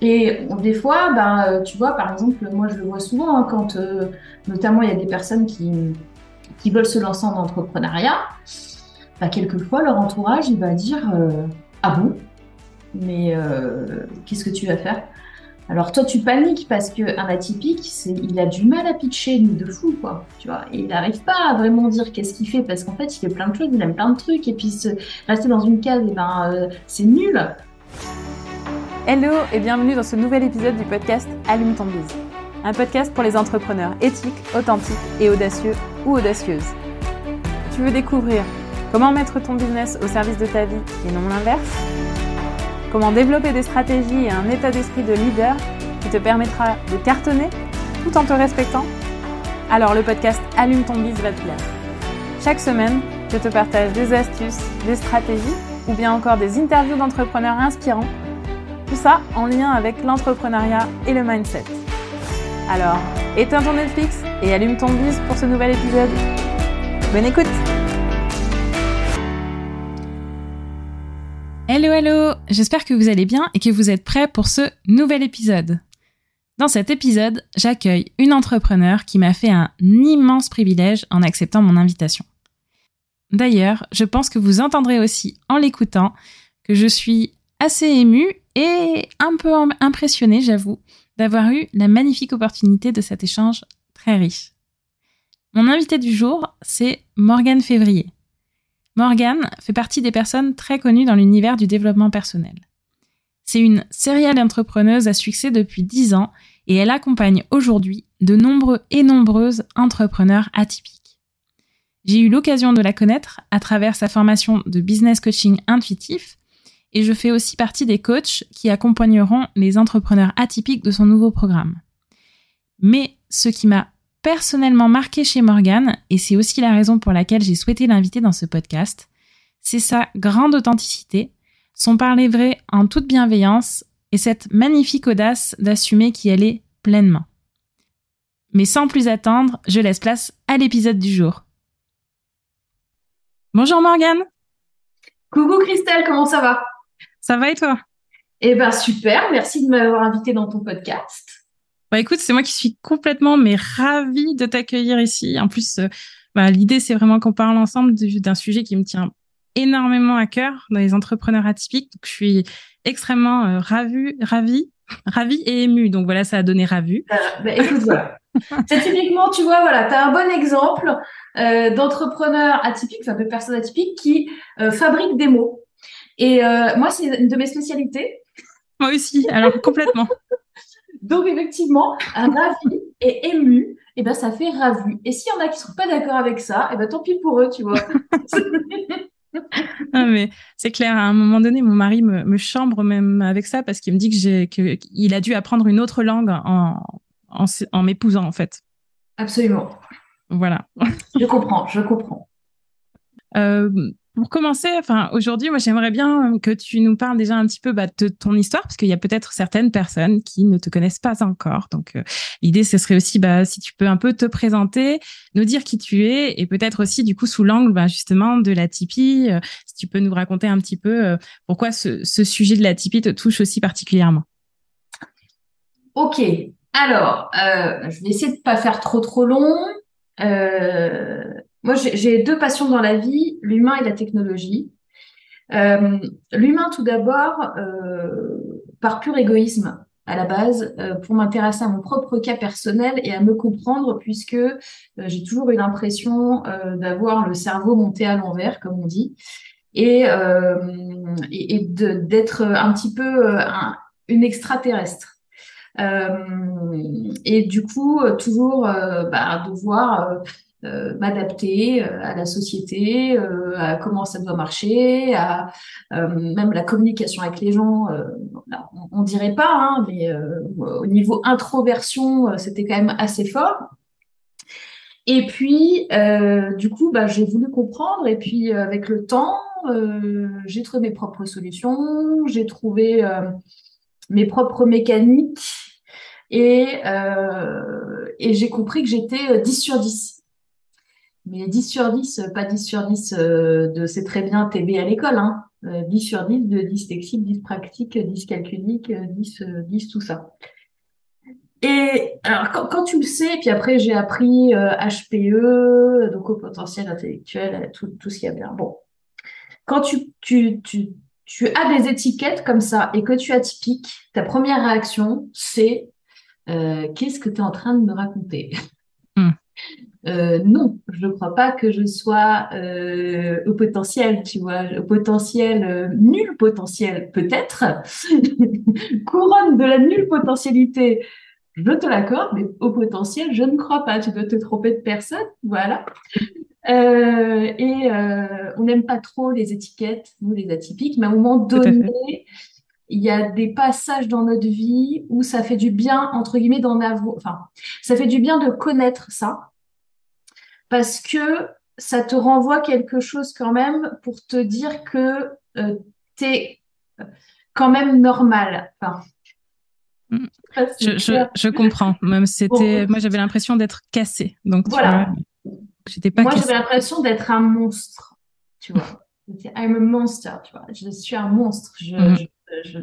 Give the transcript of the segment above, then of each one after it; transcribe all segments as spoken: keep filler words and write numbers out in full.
Et on- des fois, ben, euh, tu vois, par exemple, moi je le vois souvent hein, quand, euh, notamment, il y a des personnes qui, qui veulent se lancer en entrepreneuriat, bah, quelquefois leur entourage il va dire euh, ah bon, mais euh, qu'est-ce que tu vas faire? Alors toi tu paniques parce que un atypique, c'est, il a du mal à pitcher de fou quoi, tu vois, et il n'arrive pas à vraiment dire qu'est-ce qu'il fait parce qu'en fait il fait plein de choses, il aime plein de trucs et puis se rester dans une case, et ben euh, c'est nul. Hello et bienvenue dans ce nouvel épisode du podcast Allume ton bise. Un podcast pour les entrepreneurs éthiques, authentiques et audacieux ou audacieuses. Tu veux découvrir comment mettre ton business au service de ta vie et non l'inverse? Comment développer des stratégies et un état d'esprit de leader qui te permettra de cartonner tout en te respectant? Alors le podcast Allume ton bise va te plaire. Chaque semaine, je te partage des astuces, des stratégies ou bien encore des interviews d'entrepreneurs inspirants. Tout ça en lien avec l'entrepreneuriat et le mindset. Alors, éteins ton Netflix et allume ton bise pour ce nouvel épisode. Bonne écoute! Hello hello, j'espère que vous allez bien et que vous êtes prêts pour ce nouvel épisode. Dans cet épisode, j'accueille une entrepreneure qui m'a fait un immense privilège en acceptant mon invitation. D'ailleurs, je pense que vous entendrez aussi en l'écoutant que je suis assez émue et un peu impressionnée, j'avoue, d'avoir eu la magnifique opportunité de cet échange très riche. Mon invité du jour, c'est Morgane Février. Morgane fait partie des personnes très connues dans l'univers du développement personnel. C'est une serial entrepreneuse à succès depuis dix ans et elle accompagne aujourd'hui de nombreux et nombreuses entrepreneurs atypiques. J'ai eu l'occasion de la connaître à travers sa formation de business coaching intuitif et je fais aussi partie des coachs qui accompagneront les entrepreneurs atypiques de son nouveau programme. Mais ce qui m'a personnellement marqué chez Morgane, et c'est aussi la raison pour laquelle j'ai souhaité l'inviter dans ce podcast, c'est sa grande authenticité, son parler vrai en toute bienveillance et cette magnifique audace d'assumer qui elle est pleinement. Mais sans plus attendre, je laisse place à l'épisode du jour. Bonjour Morgane. Coucou Christelle, comment ça va? Ça va et toi? Eh ben super, merci de m'avoir invité dans ton podcast. Bah écoute, c'est moi qui suis complètement mais ravie de t'accueillir ici. En plus, euh, bah, l'idée c'est vraiment qu'on parle ensemble de, d'un sujet qui me tient énormément à cœur dans les entrepreneurs atypiques. Donc je suis extrêmement euh, ravie, ravie, ravie et émue. Donc voilà, ça a donné ravue. Euh, ben, écoute, voilà. C'est typiquement, tu vois, voilà, tu as un bon exemple euh, d'entrepreneur atypique, enfin de personne atypique qui euh, fabrique des mots. Et euh, moi, c'est une de mes spécialités. Moi aussi, alors complètement. Donc, effectivement, un ravi et ému, et ben, ça fait ravu. Et s'il y en a qui ne sont pas d'accord avec ça, et ben, tant pis pour eux, tu vois. Non, mais c'est clair, à un moment donné, mon mari me, me chambre même avec ça parce qu'il me dit que j'ai, que, qu'il a dû apprendre une autre langue en, en, en m'épousant, en fait. Absolument. Voilà. Je comprends, je comprends. Euh, pour commencer, enfin aujourd'hui, moi j'aimerais bien que tu nous parles déjà un petit peu bah, de ton histoire, parce qu'il y a peut-être certaines personnes qui ne te connaissent pas encore. Donc euh, l'idée, ce serait aussi, bah, si tu peux un peu te présenter, nous dire qui tu es, et peut-être aussi du coup sous l'angle bah, justement de la Tipeee, euh, si tu peux nous raconter un petit peu euh, pourquoi ce, ce sujet de la Tipeee te touche aussi particulièrement. Ok, alors, euh, je vais essayer de pas faire trop trop long. Euh, moi, j'ai j'ai deux passions dans la vie, l'humain et la technologie. Euh, L'humain, tout d'abord, euh, par pur égoïsme à la base, euh, pour m'intéresser à mon propre cas personnel et à me comprendre, puisque euh, j'ai toujours eu l'impression euh, d'avoir le cerveau monté à l'envers, comme on dit, et, euh, et, et de- d'être un petit peu euh, un- une extraterrestre. Euh, et du coup, euh, toujours euh, bah, devoir euh, euh, m'adapter euh, à la société, euh, à comment ça doit marcher, à euh, même la communication avec les gens. Euh, là, on, on dirait pas, hein, mais euh, au niveau introversion, euh, c'était quand même assez fort. Et puis, euh, du coup, bah, j'ai voulu comprendre. Et puis, euh, avec le temps, euh, j'ai trouvé mes propres solutions, j'ai trouvé euh, mes propres mécaniques. Et, euh, et j'ai compris que j'étais euh, dix sur dix. Mais dix sur dix, euh, pas dix sur dix euh, de c'est très bien T B à l'école, hein. Euh, dix sur dix de dyslexique, dyspraxique, dyscalculique, euh, dix, euh, dix, tout ça. Et alors, quand, quand tu le sais, puis après, j'ai appris euh, H P E, donc au potentiel intellectuel, tout, tout ce qu'il y a bien. Bon, quand tu, tu, tu, tu as des étiquettes comme ça et que tu es atypique, ta première réaction, c'est euh, qu'est-ce que tu es en train de me raconter? Mm. Euh, non, je ne crois pas que je sois euh, au potentiel, tu vois, au potentiel, euh, nul potentiel, peut-être, couronne de la nulle potentialité, je te l'accorde, mais au potentiel, je ne crois pas, tu dois te tromper de personne, voilà. Euh, et euh, on n'aime pas trop les étiquettes, nous les atypiques, mais à un moment Tout à fait. donné, il y a des passages dans notre vie où ça fait du bien, entre guillemets, d'en avoir, enfin, ça fait du bien de connaître ça, parce que ça te renvoie quelque chose quand même pour te dire que euh, t'es quand même normal. Enfin, Mm. ça, c'est Je, je, clair. je comprends. Même Bon, c'était, moi, j'avais l'impression d'être cassée. Donc, tu vois, voilà. j'étais pas Moi, j'avais cassée. l'impression d'être un monstre, tu vois. C'était I'm a monster, tu vois. Je suis un monstre. Je, Mhm. je, je...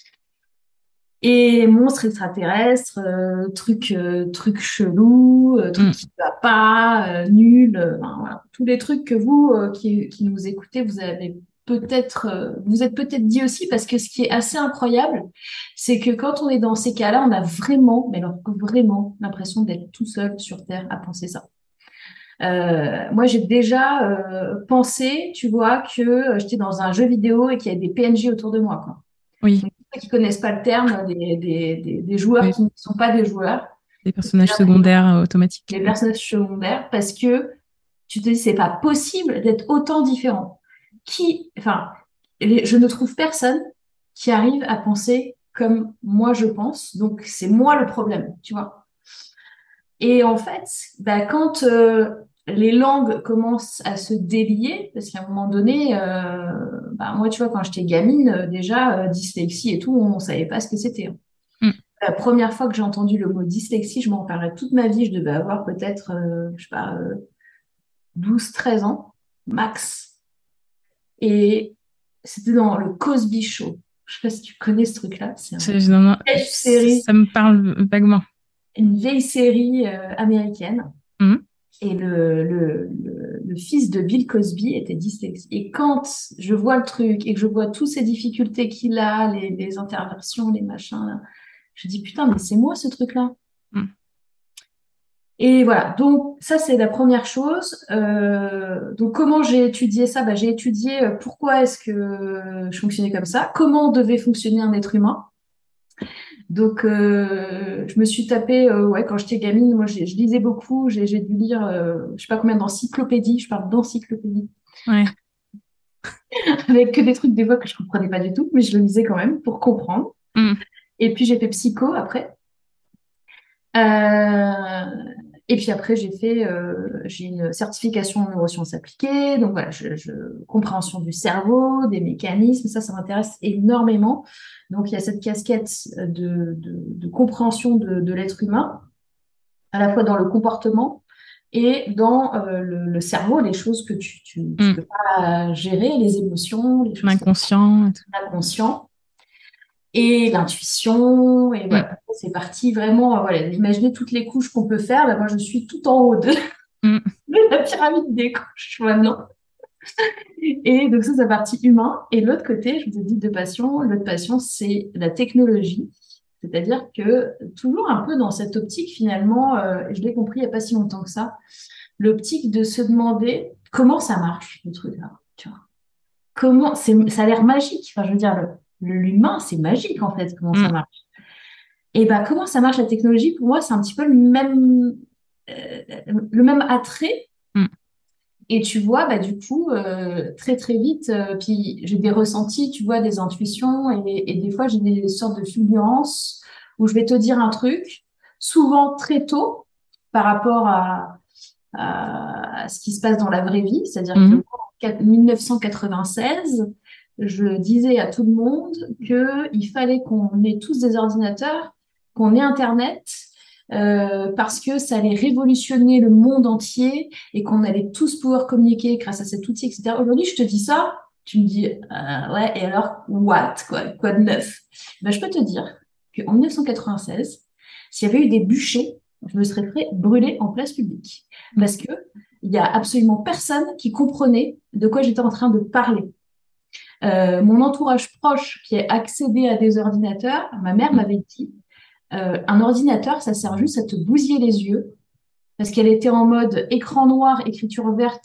Et monstre extraterrestre, euh, truc, euh, truc chelou, euh, truc Mm. qui va pas, euh, nul, euh, enfin, voilà. Tous les trucs que vous euh, qui, qui nous écoutez, vous avez peut-être, euh, vous êtes peut-être dit aussi, parce que ce qui est assez incroyable, c'est que quand on est dans ces cas-là, on a vraiment, mais alors vraiment, l'impression d'être tout seul sur Terre à penser ça. Euh, moi, j'ai déjà euh, pensé, tu vois, que euh, j'étais dans un jeu vidéo et qu'il y avait des P N J autour de moi, quoi. Oui, Donc, pour ceux qui connaissent pas le terme, des, des, des, des joueurs oui. qui ne sont pas des joueurs, Des personnages secondaires euh, automatiques. des personnages secondaires, parce que tu te dis, c'est pas possible d'être autant différent. Qui, enfin, les- je ne trouve personne qui arrive à penser comme moi je pense, donc c'est moi le problème, tu vois. Et en fait, bah, quand euh, les langues commencent à se délier, parce qu'à un moment donné, euh, bah, moi, tu vois, quand j'étais gamine, euh, déjà, euh, dyslexie et tout, on ne savait pas ce que c'était, hein. Mm. La première fois que j'ai entendu le mot dyslexie, je m'en parlais toute ma vie, je devais avoir peut-être, euh, je sais pas, euh, douze treize ans, max. Et c'était dans le Cosby Show. Je sais pas si tu connais ce truc-là, c'est une C'est- non, non, vieille série, ça me parle vaguement. une vieille série euh, américaine. Mhm. Et le, le, le, le fils de Bill Cosby était dyslexique. Et quand je vois le truc et que je vois toutes ces difficultés qu'il a, les, les interversions, les machins, là, je dis putain, mais c'est moi ce truc-là. Mm. Et voilà, donc ça c'est la première chose. Euh, donc comment j'ai étudié ça? Bah, j'ai étudié euh, pourquoi est-ce que je fonctionnais comme ça, comment devait fonctionner un être humain. Donc, euh, je me suis tapé, euh, ouais, quand j'étais gamine, moi, j'ai- je lisais beaucoup, j'ai j'ai dû lire, euh, je sais pas combien d'encyclopédies, je parle d'encyclopédies, Ouais. avec que des trucs des fois que je comprenais pas du tout, mais je le lisais quand même pour comprendre. Mm. Et puis, j'ai fait psycho après. Euh, et puis après, j'ai fait, euh, j'ai une certification en neurosciences appliquées, donc voilà, je, je- compréhension du cerveau, des mécanismes, ça, ça m'intéresse énormément. Donc, il y a cette casquette de, de, de compréhension de, de l'être humain, à la fois dans le comportement et dans euh, le, le cerveau, les choses que tu, tu, tu Mm. peux pas gérer, les émotions, les choses comme L'inconscient et tout. l'inconscient et l'intuition. Et Mm. voilà, c'est parti vraiment. euh, Voilà, imaginez toutes les couches qu'on peut faire. Ben, moi, je suis tout en haut de, Mm. de la pyramide des couches maintenant. Et donc, ça, c'est la partie humain. Et l'autre côté, je vous ai dit deux passions. L'autre passion, c'est la technologie. C'est-à-dire que toujours un peu dans cette optique, finalement, euh, et je l'ai compris il n'y a pas si longtemps que ça, l'optique de se demander comment ça marche, le truc là, tu vois. Comment, c'est, ça a l'air magique. Enfin, je veux dire, le, le- l'humain, c'est magique, en fait, comment ça Mm. marche. Et ben, comment ça marche la technologie, pour moi, c'est un petit peu le même, euh, le même attrait. Mm. Et tu vois, bah, du coup, euh, très, très vite, euh, puis j'ai des ressentis, tu vois, des intuitions, et, et des fois, j'ai des sortes de fulgurances où je vais te dire un truc, souvent très tôt, par rapport à, à, à ce qui se passe dans la vraie vie. C'est-à-dire que Mm. moi, en mille neuf cent quatre-vingt-seize, je disais à tout le monde qu'il fallait qu'on ait tous des ordinateurs, qu'on ait Internet, euh, parce que ça allait révolutionner le monde entier et qu'on allait tous pouvoir communiquer grâce à cet outil, et cetera. Aujourd'hui, je te dis ça, Tu me dis, euh, ouais, et alors, what, quoi, quoi de neuf? Ben, je peux te dire qu'en mille neuf cent quatre-vingt-seize, s'il y avait eu des bûchers, je me serais fait brûler en place publique. Parce que il y a absolument personne qui comprenait de quoi j'étais en train de parler. Euh, mon entourage proche qui est accédé à des ordinateurs, ma mère m'avait dit, euh, un ordinateur, ça sert juste à te bousiller les yeux, parce qu'elle était en mode écran noir, écriture verte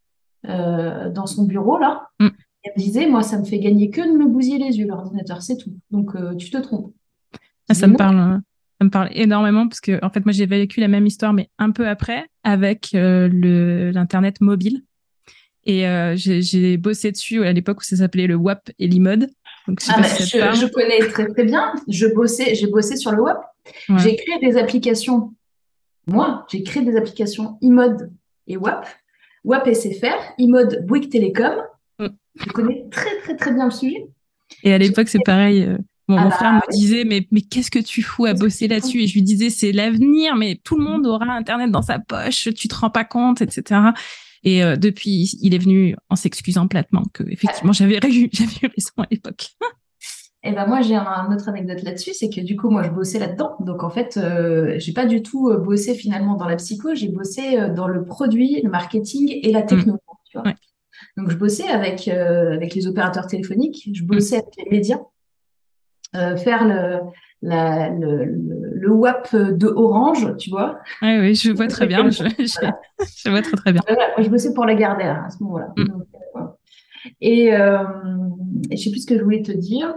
euh, dans son bureau, là. Mm. Elle me disait, moi, ça me fait gagner que de me bousiller les yeux, l'ordinateur, c'est tout. Donc, euh, tu te trompes. Ah, ça me parle, hein. Ça me parle énormément parce que, en fait, moi, j'ai vécu la même histoire, mais un peu après, avec euh, le, l'Internet mobile. Et euh, j'ai, j'ai bossé dessus à l'époque où ça s'appelait le W A P et l'I-Mode. Donc, je sais Ah pas bah, si ça te je, parle. je connais très très bien. Je bossais, j'ai bossé sur le web. Ouais. J'ai créé des applications. Moi, j'ai créé des applications iMode et W A P. W A P S F R, iMode Bouygues Télécom. Mm. Je connais très très très bien le sujet. Et à J'ai- l'époque, c'est pareil. euh, Bon, Ah mon bah frère me oui, disait, mais, mais qu'est-ce que tu fous à qu'est-ce que bosser tu fous? là-dessus? Et je lui disais, c'est l'avenir, mais tout le monde aura Internet dans sa poche, tu te rends pas compte, et cetera. Et euh, depuis, il est venu en s'excusant platement que effectivement, j'avais, j'avais eu raison à l'époque. Et ben moi j'ai un, un autre anecdote là-dessus, c'est que du coup moi je bossais là-dedans. Donc en fait, euh, j'ai pas du tout euh, bossé finalement dans la psycho, j'ai bossé euh, dans le produit, le marketing et la Mm. techno. Tu vois. Ouais. Donc je bossais avec euh, avec les opérateurs téléphoniques, je Mm. bossais avec les médias. Euh, faire le, la, le, le, le W A P de Orange, tu vois. Ouais, oui, je vois très bien. Je, je, je vois très très bien. Voilà, moi, je bossais pour Lagardère à ce moment-là. Mm. Donc, euh, voilà. Et, euh, et je sais plus ce que je voulais te dire.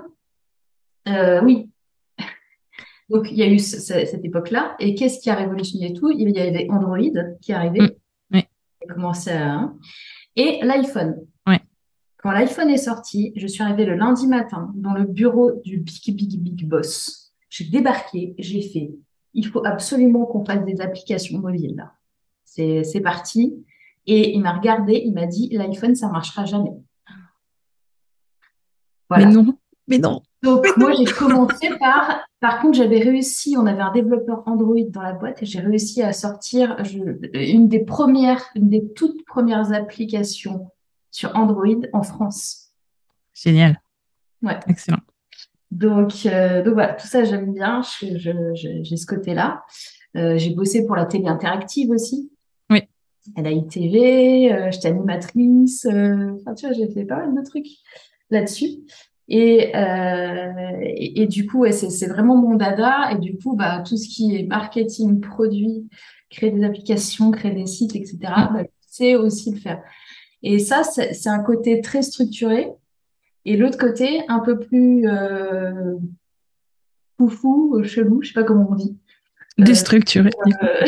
Euh, oui, donc il y a eu ce- ce- cette époque-là. Et qu'est-ce qui a révolutionné tout? Il y avait Android qui est Mm. arrivé, Ouais. qui a commencé à... Et l'iPhone. Ouais. Quand l'iPhone est sorti, je suis arrivée le lundi matin dans le bureau du big, big, big boss. J'ai débarqué, j'ai fait, il faut absolument qu'on fasse des applications mobiles là. C'est, c'est parti. Et il m'a regardé, il m'a dit, l'iPhone, ça marchera jamais. Mais Voilà. non, mais non. Donc, Mais moi, non. j'ai commencé par, par contre, j'avais réussi, on avait un développeur Android dans la boîte et j'ai réussi à sortir je- une des premières, une des toutes premières applications sur Android en France. Génial. Ouais. Excellent. Donc, euh, donc voilà, tout ça j'aime bien, je, je, je- j'ai ce côté-là. Euh, j'ai bossé pour la télé interactive aussi, Oui. à la I T V, euh, j'étais animatrice, euh, enfin tu vois, j'ai fait pas mal de trucs là-dessus. Et, euh, et, et du coup, ouais, c'est, c'est vraiment mon dada. Et du coup, bah, tout ce qui est marketing, produit, créer des applications, créer des sites, et cetera, Mm. bah, c'est aussi le faire. Et ça, c'est, c'est un côté très structuré. Et l'autre côté, un peu plus euh, foufou, euh, chelou, je sais pas comment on dit, euh, Déstructuré. euh,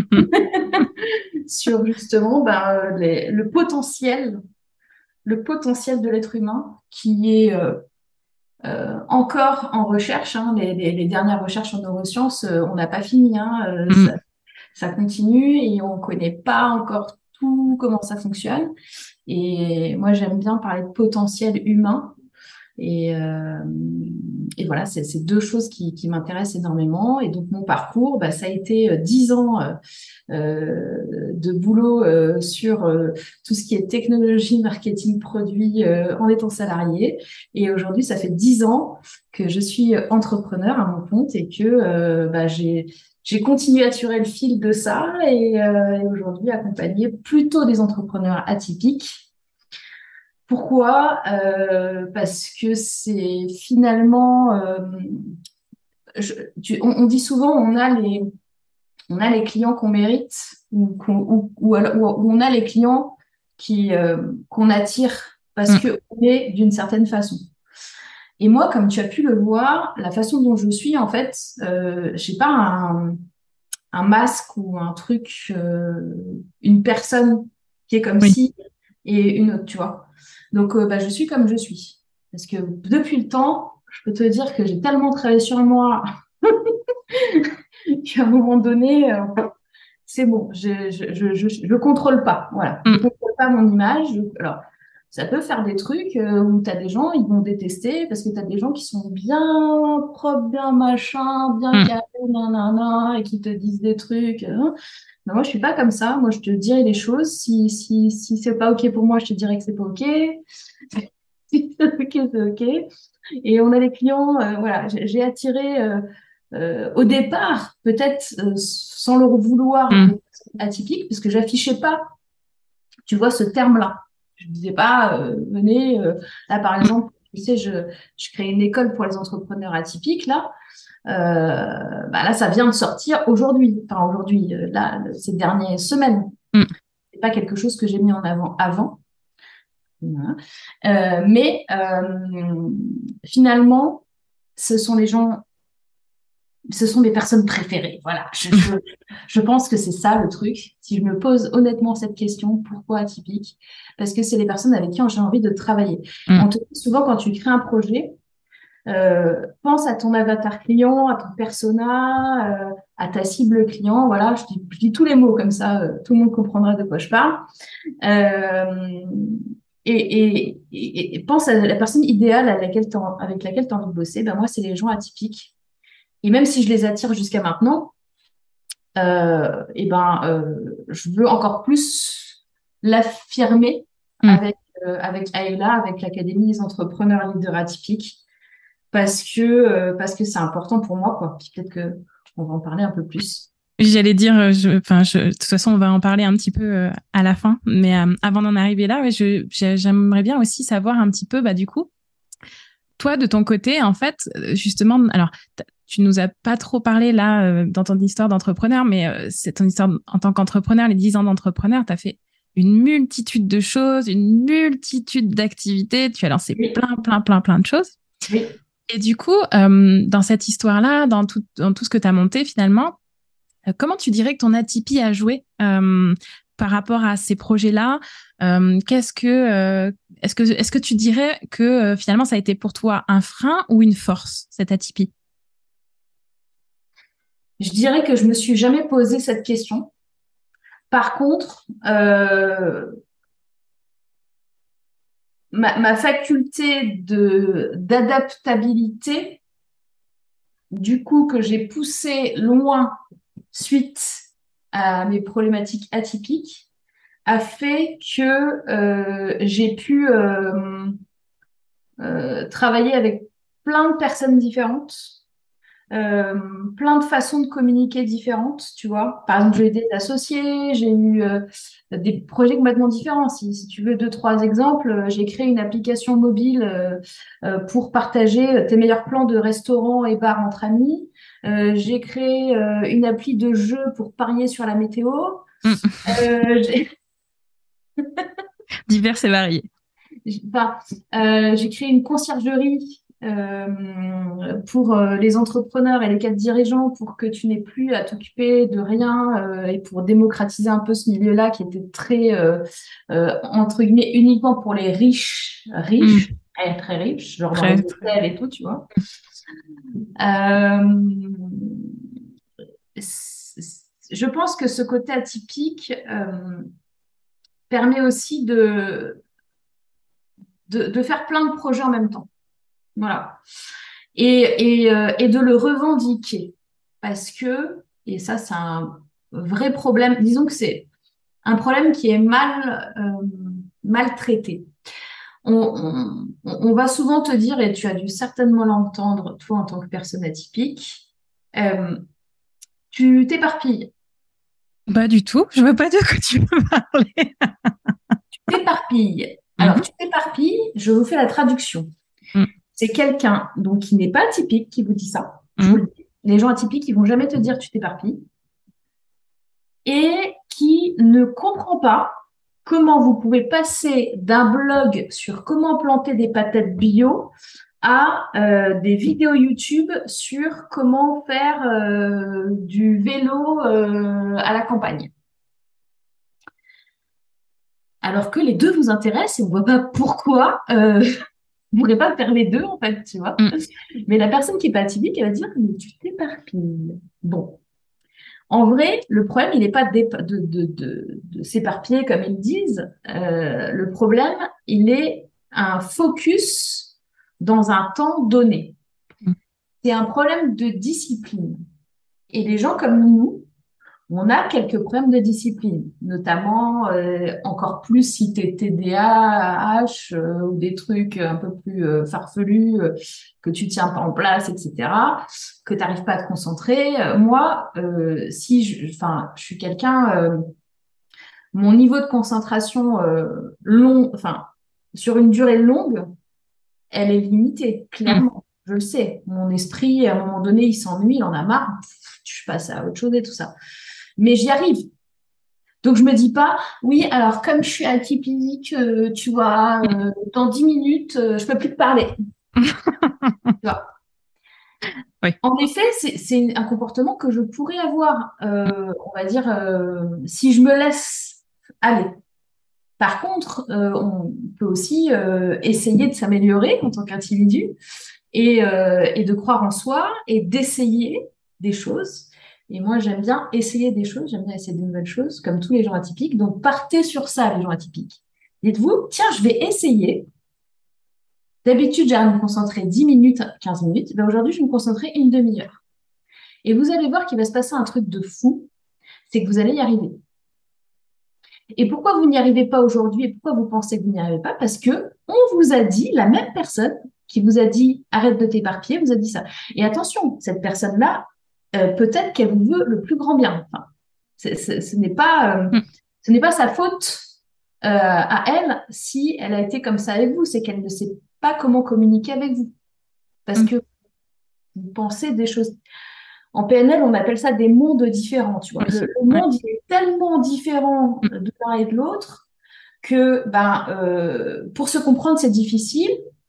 sur justement bah, euh, les- le potentiel, le potentiel de l'être humain qui est euh, euh, encore en recherche. Hein. Les, les- les dernières recherches en neurosciences, euh, on n'a pas fini, hein. Euh, Mm. ça, ça continue et on connaît pas encore tout comment ça fonctionne. Et moi, j'aime bien parler de potentiel humain. Et, euh, et voilà, c'est c'est deux choses qui, qui m'intéressent énormément. Et donc, mon parcours, bah, ça a été euh, dix ans euh, euh, de boulot euh, sur euh, tout ce qui est technologie, marketing, produit euh, en étant salarié. Et aujourd'hui, ça fait dix ans que je suis entrepreneur à mon compte et que euh, bah, j'ai j'ai continué à tirer le fil de ça et, euh, et aujourd'hui accompagner plutôt des entrepreneurs atypiques. Pourquoi? Euh, parce que c'est finalement, euh, je- tu- on, on dit souvent, on a les, on a les clients qu'on mérite ou, qu'on- ou, ou alors- ou- ou on a les clients qui, euh, qu'on attire parce Mm. que on est d'une certaine façon. Et moi, comme tu as pu le voir, la façon dont je suis, en fait, euh, j'ai pas un, un masque ou un truc, euh, une personne qui est comme Oui. si et une autre, tu vois. Donc, euh, bah, je suis comme je suis. Parce que depuis le temps, je peux te dire que j'ai tellement travaillé sur moi qu'à un moment donné, euh, c'est bon, je je, je, je, je contrôle pas. Voilà, je Mm. contrôle pas mon image. Je- alors, ça peut faire des trucs euh, où tu as des gens, ils vont détester parce que tu as des gens qui sont bien propres, bien machin, bien Mm. carrés, nanana, et qui te disent des trucs. euh. Mais moi, je suis pas comme ça. Moi, je te dirai les choses. Si, si, si c'est pas OK pour moi, je te dirai que c'est pas OK. Si c'est OK, c'est OK. Et on a des clients, euh, voilà, j'ai j'ai attiré euh, euh, au départ, peut-être euh, sans le vouloir, Mm. des personnes atypiques, parce que j'affichais pas, tu vois, ce terme-là. Je disais pas, euh, venez, euh, là par Mm. exemple, tu sais, je, je crée une école pour les entrepreneurs atypiques, là. Euh, bah là, ça vient de sortir aujourd'hui, enfin aujourd'hui, euh, là, ces dernières semaines. Mm. C'est pas quelque chose que j'ai mis en avant avant. Voilà. Euh, mais euh, finalement, ce sont les gens, ce sont mes personnes préférées. Voilà. Je, je, je pense que c'est ça le truc. Si je me pose honnêtement cette question, pourquoi atypique? Parce que c'est les personnes avec qui j'ai envie de travailler. Mm. On te dit souvent quand tu crées un projet, euh, pense à ton avatar client, à ton persona, euh, à ta cible client. Voilà, je dis, je dis tous les mots comme ça, euh, tout le monde comprendra de quoi je parle. Euh, et, et, et, et pense à la personne idéale à laquelle t'en- avec laquelle tu as envie de bosser. Ben moi, c'est les gens atypiques. Et même si je les attire jusqu'à maintenant, euh, et ben, euh, je veux encore plus l'affirmer Mm. avec, euh, avec Ayla, avec l'Académie des entrepreneurs leaders atypiques, parce que, euh, parce que c'est important pour moi, quoi. Puis peut-être que on va en parler un peu plus. J'allais dire, euh, je, enfin, je, de toute façon, on va en parler un petit peu euh, à la fin, mais euh, avant d'en arriver là, ouais, je, j'ai- j'aimerais bien aussi savoir un petit peu, bah, du coup, toi, de ton côté, en fait, euh, justement, alors, t- tu nous as pas trop parlé là euh, dans ton histoire d'entrepreneur, mais euh, c'est ton histoire en tant qu'entrepreneur, les dix ans d'entrepreneur, tu as fait une multitude de choses, une multitude d'activités, tu as lancé Oui, plein, plein, plein, plein de choses. oui. Et du coup, euh, dans cette histoire-là, dans tout, dans tout ce que tu as monté finalement, euh, comment tu dirais que ton atypie a joué euh, par rapport à ces projets-là? Euh, qu'est-ce que, euh, est-ce que, est-ce que tu dirais que euh, finalement ça a été pour toi un frein ou une force, cette atypie? Je dirais que je me suis jamais posé cette question. Par contre, euh, ma, ma faculté de d'adaptabilité, du coup, que j'ai poussée loin suite à mes problématiques atypiques, a fait que euh, j'ai pu euh, euh, travailler avec plein de personnes différentes, euh, plein de façons de communiquer différentes, tu vois. Par exemple, j'ai eu des associés, j'ai eu euh, des projets complètement différents. Si, si tu veux deux, trois exemples, euh, j'ai créé une application mobile euh, euh, pour partager tes meilleurs plans de restaurants et bars entre amis. Euh, j'ai créé euh, une appli de jeu pour parier sur la météo. Mm. Euh, j'ai Divers et variés. j'ai- enfin, euh, j'ai créé une conciergerie euh, pour euh, les entrepreneurs et les cadres dirigeants pour que tu n'aies plus à t'occuper de rien euh, et pour démocratiser un peu ce milieu-là qui était très, euh, euh, entre guillemets, uniquement pour les riches, riches, Mm. très, très riches, genre dans Très, les très. hôtels et tout, tu vois. Euh, c- je pense que ce côté atypique euh, permet aussi de, de, de faire plein de projets en même temps. Voilà. Et, et, euh, et de le revendiquer. Parce que, et ça, c'est un vrai problème, disons que c'est un problème qui est mal, euh, mal traité. On, on, on va souvent te dire, et tu as dû certainement l'entendre, toi en tant que personne atypique, euh, tu t'éparpilles. Pas du tout. Je veux pas de quoi tu veux parler. Tu t'éparpilles. Alors, Mhm. tu t'éparpilles, je vous fais la traduction. Mm. C'est quelqu'un donc qui n'est pas atypique qui vous dit ça. Je vous Mm. le dis. Les gens atypiques, ils vont jamais te dire tu t'éparpilles. Et qui ne comprend pas comment vous pouvez passer d'un blog sur comment planter des patates bio à euh, des vidéos YouTube sur comment faire euh, du vélo euh, à la campagne. Alors que les deux vous intéressent et on voit pas pourquoi euh, vous ne pourrez pas faire les deux en fait, tu vois. Mm. Mais la personne qui est pas atypique, elle va dire mais tu t'éparpilles. Bon, en vrai, le problème, il n'est pas de, de, de, de, de s'éparpiller comme ils disent. Euh, le problème, il est un focus dans un temps donné. Mm. C'est un problème de discipline. Et les gens comme nous, on a quelques problèmes de discipline, notamment euh, encore plus si tu es T D A H euh, ou des trucs un peu plus euh, farfelus, euh, que tu tiens pas en place, et cetera, que tu n'arrives pas à te concentrer. Euh, moi, euh, si je, enfin, je suis quelqu'un, euh, mon niveau de concentration euh, long, enfin, sur une durée longue, elle est limitée, Mm. clairement. Je le sais. Mon esprit, à un moment donné, il s'ennuie, il en a marre. Pff, je passe à autre chose et tout ça. Mais j'y arrive. Donc, je me dis pas, oui, alors comme je suis atypique, euh, tu vois, euh, dans dix minutes, euh, je peux plus te parler. Tu vois. Oui. En effet, c'est, c'est un comportement que je pourrais avoir, euh, on va dire, euh, si je me laisse aller. Par contre, euh, on peut aussi euh, essayer de s'améliorer en tant qu'individu et, euh, et de croire en soi et d'essayer des choses. Et moi, j'aime bien essayer des choses, j'aime bien essayer de nouvelles choses, comme tous les gens atypiques. Donc, partez sur ça, les gens atypiques. Dites-vous, tiens, je vais essayer. D'habitude, j'arrive à me concentrer dix minutes, quinze minutes. Ben, aujourd'hui, je vais me concentrer une demi-heure. Et vous allez voir qu'il va se passer un truc de fou, c'est que vous allez y arriver. Et pourquoi vous n'y arrivez pas aujourd'hui et pourquoi vous pensez que vous n'y arrivez pas? Parce que on vous a dit, la même personne qui vous a dit arrête de t'éparpiller, vous a dit ça. Et attention, cette personne-là, euh, peut-être qu'elle vous veut le plus grand bien. Enfin, c'est, c'est, ce n'est pas, euh, Mm. ce n'est pas sa faute euh, à elle si elle a été comme ça avec vous, c'est qu'elle ne sait pas comment communiquer avec vous. Parce Mm. que vous pensez des choses. En P N L, on appelle ça des mondes différents, tu vois. Oui. Le, le Ouais. monde, il est tellement différent Mm. de l'un et de l'autre que ben, euh, pour se comprendre, c'est difficile.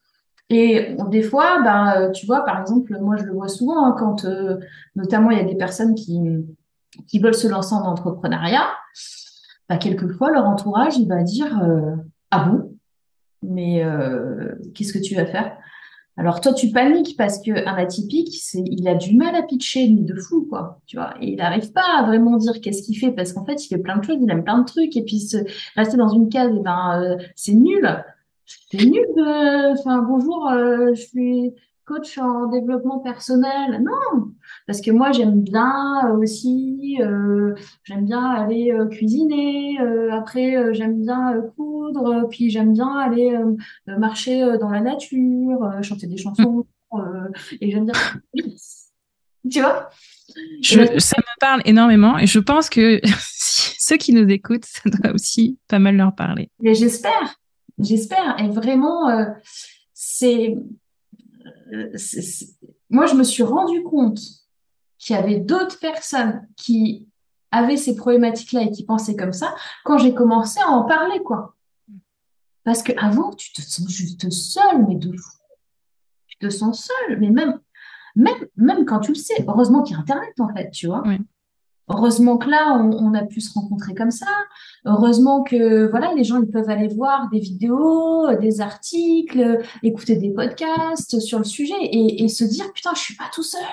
Et on- des fois, ben, euh, tu vois, par exemple, moi, je le vois souvent hein, quand, euh, notamment, il y a des personnes qui, qui veulent se lancer en entrepreneuriat. Ben, quelquefois, leur entourage, il va dire euh, ah bon, mais euh, qu'est-ce que tu vas faire? Alors toi, tu paniques parce que un atypique, c'est, il a du mal à pitcher, lui, de fou, quoi, tu vois. Et il n'arrive pas à vraiment dire qu'est-ce qu'il fait parce qu'en fait, il fait plein de choses, il aime plein de trucs et puis se rester dans une case, eh ben, euh, c'est nul. C'est nul de, enfin, bonjour, euh, je suis coach en développement personnel. Non, parce que moi, j'aime bien euh, aussi, euh, j'aime bien aller euh, cuisiner. euh, après, euh, j'aime bien euh, coudre. euh, Puis, j'aime bien aller euh, euh, marcher euh, dans la nature, euh, chanter des Mm. chansons. euh, et j'aime bien. Oui, tu vois? Et ben, Je, ça me parle énormément et je pense que ceux qui nous écoutent, ça doit aussi pas mal leur parler. mais j'espère, j'espère. Et vraiment, euh, c'est, euh, c'est- c'est- moi, je me suis rendu compte qu'il y avait d'autres personnes qui avaient ces problématiques-là et qui pensaient comme ça quand j'ai commencé à en parler, quoi. Parce que avant, tu te sens juste seule, mais de fou, tu te sens seule, mais même, même, même quand tu le sais, heureusement qu'il y a Internet, en fait, tu vois. Ouais. Heureusement que là, on, on a pu se rencontrer comme ça. Heureusement que voilà, les gens ils peuvent aller voir des vidéos, euh, des articles, euh, écouter des podcasts sur le sujet et, et se dire putain, je suis pas tout seul.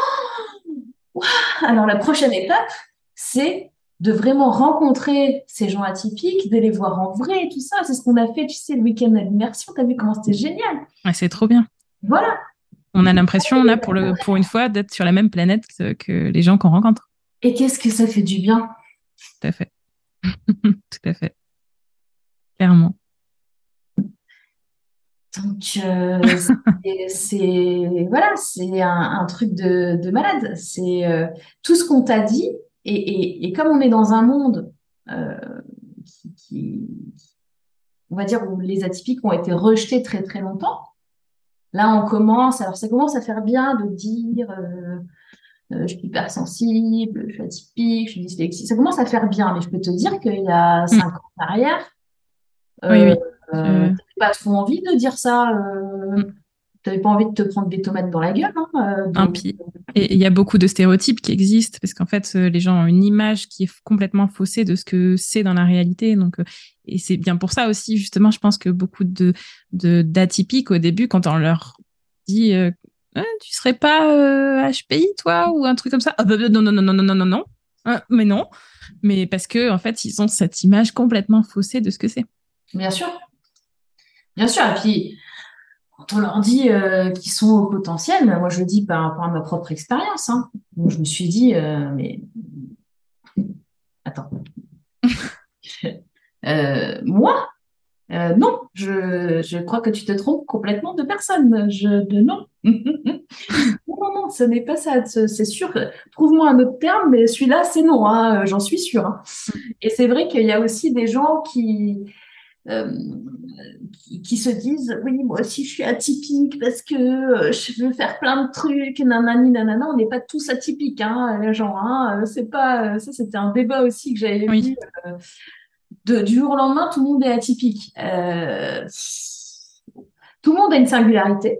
Alors la prochaine étape, c'est de vraiment rencontrer ces gens atypiques, de les voir en vrai et tout ça. C'est ce qu'on a fait, tu sais, le week-end à l'immersion. T'as vu comment c'était génial. Ouais, c'est trop bien. Voilà. On a l'impression, là, pour, le, pour une fois, d'être sur la même planète que, que les gens qu'on rencontre. Et qu'est-ce que ça fait du bien. Tout à fait. Tout à fait. Clairement. Donc, euh, c'est, c'est- voilà, c'est un, un truc de, de malade. C'est euh, tout ce qu'on t'a dit. Et, et, et comme on est dans un monde euh, qui, qui- on va dire, où les atypiques ont été rejetés très, très longtemps, là, on commence, alors ça commence à faire bien de dire euh, euh, je suis hypersensible, je suis atypique, je suis dyslexique. Ça commence à faire bien, mais je peux te dire qu'il y a Mm. cinq ans en arrière, Oui, euh, oui. euh, Je... t'avais pas trop envie de dire ça. Euh, Mm. t'avais pas envie de te prendre des tomates dans la gueule. Hein, euh, Un donc, pi- Et il y a beaucoup de stéréotypes qui existent parce qu'en fait, euh, les gens ont une image qui est complètement faussée de ce que c'est dans la réalité. Donc, euh, et c'est bien pour ça aussi, justement, je pense que beaucoup de, de d'atypiques au début, quand on leur dit euh, Ah, tu serais pas euh, H P I, toi, ou un truc comme ça, ah bah, bah, non, non, non, non, non, non, non, non, Ah, mais non, mais parce que en fait, ils ont cette image complètement faussée de ce que c'est. bien sûr, bien sûr. Et puis, quand on leur dit euh, qu'ils sont au potentiel, moi je le dis par rapport à ma propre expérience. Hein, où je me suis dit, euh, mais Euh, moi, euh, non, je, je crois que tu te trompes complètement de personne. Je, de non. Non, non, non, ce n'est pas ça. C'est c'est sûr. Trouve-moi un autre terme, mais celui-là, c'est non, hein, j'en suis sûre. Hein. Et c'est vrai qu'il y a aussi des gens qui, euh, qui, qui se disent, oui, moi aussi, je suis atypique parce que euh, je veux faire plein de trucs, nanani, nanana. On n'est pas tous atypiques, hein, les gens. Hein. Euh, C'est pas, euh, ça, c'était un débat aussi que j'avais Oui. vu. euh, de, du jour au lendemain, tout le monde est atypique. Euh, tout le monde a une singularité.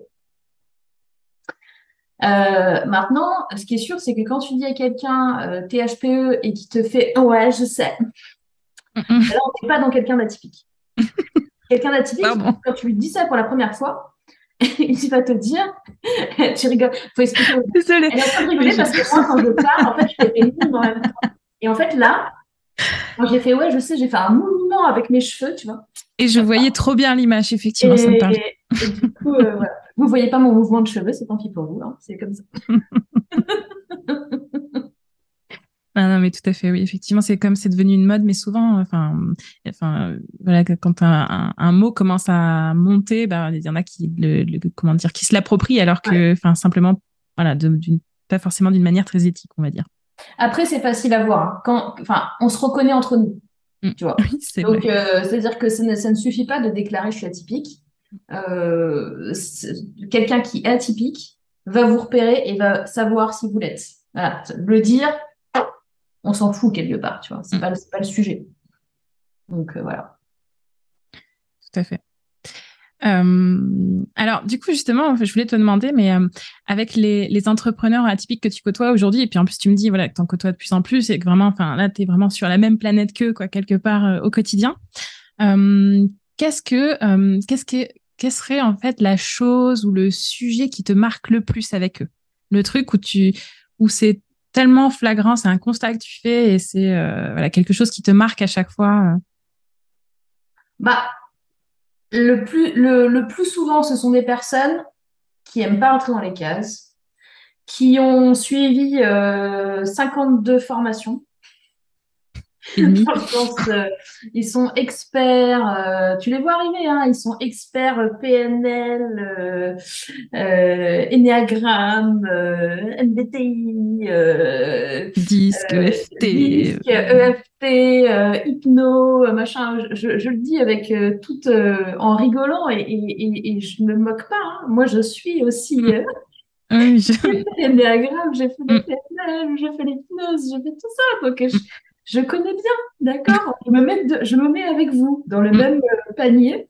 Euh, maintenant, ce qui est sûr, c'est que quand tu dis à quelqu'un euh, T H P E et qui te fait ouais, je sais, Mm-mm. là, on n'est pas dans quelqu'un d'atypique. Quelqu'un d'atypique, Pardon. quand tu lui dis ça pour la première fois, il va te dire, tu rigoles, faut expliquer aux gens. Désolée. Elle est en train de rigoler Mais je- parce que moi, quand je parle, en fait, je fais des mouvements en même temps. Et en fait, là, quand j'ai fait ouais, je sais, j'ai fait un mouvement avec mes cheveux, tu vois. Et je voyais trop bien l'image, effectivement, ça me parle. Et, et du coup, euh, voilà. Vous voyez pas mon mouvement de cheveux, c'est tant pis pour vous, hein, c'est comme ça. Ah non, mais tout à fait, oui. Effectivement, c'est comme c'est devenu une mode, mais souvent, enfin, enfin, euh, voilà, que quand un, un, un mot commence à monter, ben, il y en a qui le, le- comment dire, qui se l'approprient, alors Ouais. que, enfin, simplement, voilà, de- d'une, pas forcément d'une manière très éthique, on va dire. Après, c'est facile à voir. Hein. Quand, enfin, on se reconnaît entre nous, Mm. tu vois. Oui, c'est Donc, vrai. euh, c'est-à-dire que ça ne, ça ne suffit pas de déclarer je suis atypique. Euh, c'est- quelqu'un qui est atypique va vous repérer et va savoir si vous l'êtes. Voilà. Le dire, on s'en fout quelque part, tu vois. C'est Mm. pas, c'est pas le sujet. Donc, euh, voilà. Tout à fait. Euh, alors, du coup, justement, je voulais te demander, mais euh, avec les, les entrepreneurs atypiques que tu côtoies aujourd'hui, et puis en plus, tu me dis voilà, que tu en côtoies de plus en plus, et que vraiment, enfin, là, tu es vraiment sur la même planète qu'eux, quoi, quelque part euh, au quotidien. Euh, qu'est-ce que, euh, qu'est-ce que, quelle serait en fait la chose ou le sujet qui te marque le plus avec eux? Le truc où tu, où c'est tellement flagrant, c'est un constat que tu fais et c'est euh, voilà, quelque chose qui te marque à chaque fois. euh. Bah, le plus, le, le plus souvent, ce sont des personnes qui aiment pas entrer dans les cases, qui ont suivi euh, cinquante-deux formations. Et demi. Dans le sens, euh, ils sont experts, euh, tu les vois arriver, hein, ils sont experts euh, P N L, euh, euh, Ennéagramme, euh, M B T I, euh, Disque, euh, E F T. DISC, E F T, euh, hypno, euh, machin. Je, je le dis avec euh, tout euh, en rigolant et, et, et, et je me moque pas. Hein. Moi, je suis aussi. Euh, Oui, je... j'ai fait l'Ennéagramme, j'ai fait le Mm, P N L, j'ai fait l'hypnose, j'ai fait tout ça. Donc, je, je connais bien, d'accord? Je me mets, de- je me mets avec vous dans le mm, même euh, panier.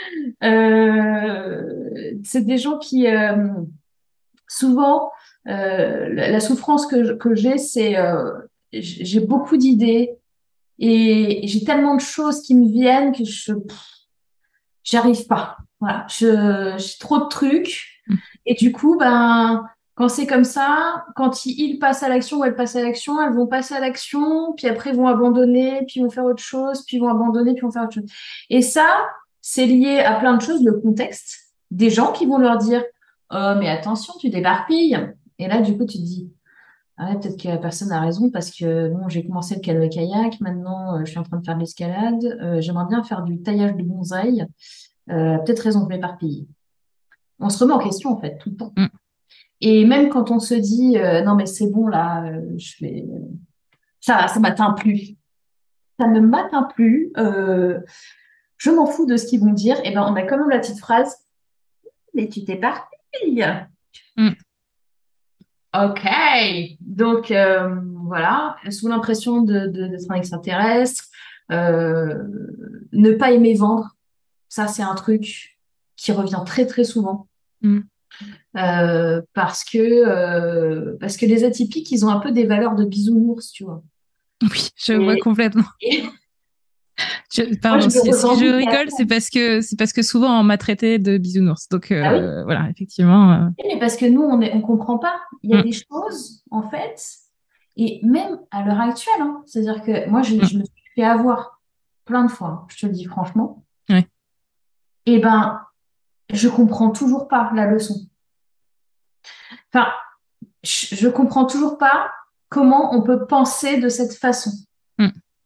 Euh, c'est des gens qui, euh, souvent, euh, la, la souffrance que, je- que j'ai, c'est euh, j- j'ai beaucoup d'idées et, et j'ai tellement de choses qui me viennent que je j'arrive pas. Voilà, je, j'ai trop de trucs. mm. Et du coup, ben, quand c'est comme ça, quand ils, ils passent à l'action ou elles passent à l'action, elles vont passer à l'action, puis après vont abandonner, puis vont faire autre chose, puis vont abandonner, puis vont faire autre chose. Et ça, c'est lié à plein de choses, le contexte, des gens qui vont leur dire, oh, mais attention, tu t'éparpilles. Et là, du coup, tu te dis, ah ouais, peut-être que la personne a raison parce que bon, j'ai commencé le canoë-kayak, maintenant euh, je suis en train de faire de l'escalade, euh, j'aimerais bien faire du taillage de bonsaï. Euh, peut-être raison de m'éparpiller. On se remet en question, en fait, tout le temps. Mm. Et même quand on se dit, euh, non, mais c'est bon, là, euh, je vais... ça, ça m'atteint plus. Ça ne m'atteint plus. Euh, je m'en fous de ce qu'ils vont dire. Et ben, on a quand même la petite phrase, mais tu t'éparpilles. Mm. Ok. Donc, euh, voilà. Sous l'impression de, de- d'être un extraterrestre, euh, ne pas aimer vendre, ça, c'est un truc qui revient très, très souvent. Mm. Euh, parce que, euh, parce que les atypiques, ils ont un peu des valeurs de bisounours, tu vois. Oui, je vois Et, complètement. et Je- moi, je pardon, me si, si je revendique à rigole, fond. c'est parce que c'est parce que souvent on m'a traité de bisounours. Donc Ah oui, euh, voilà, effectivement. euh, mais parce que nous, on est, on comprend pas. Il y a mm, des choses, en fait, et même à l'heure actuelle, hein, c'est-à-dire que moi, je, mm, je me suis fait avoir plein de fois, hein, je te le dis franchement. ouais. Et ben, je comprends toujours pas la leçon. Enfin, je, je comprends toujours pas comment on peut penser de cette façon. Mm.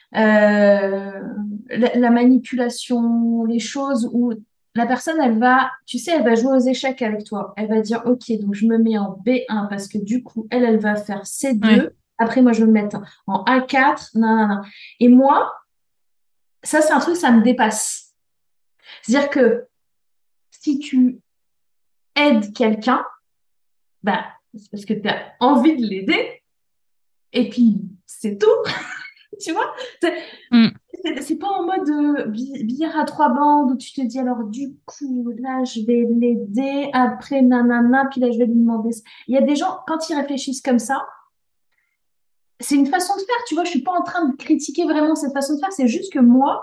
Euh, la, la manipulation, les choses où la personne, elle va, tu sais, elle va jouer aux échecs avec toi. Elle va dire, OK, donc je me mets en B un parce que du coup, elle, elle va faire Ouais. C deux. Après, moi, je vais me mettre en A quatre. Non, non, non. Et moi, ça, c'est un truc, ça me dépasse. C'est-à-dire que si tu aides quelqu'un, bah, c'est parce que tu as envie de l'aider. Et puis, c'est tout. Tu vois? C'est Mm. c'est- c'est pas en mode euh, bi- billard à trois bandes où tu te dis alors du coup là je vais l'aider après nanana puis là je vais lui demander ça. Il y a des gens quand ils réfléchissent comme ça, c'est une façon de faire, tu vois, je suis pas en train de critiquer vraiment cette façon de faire, c'est juste que moi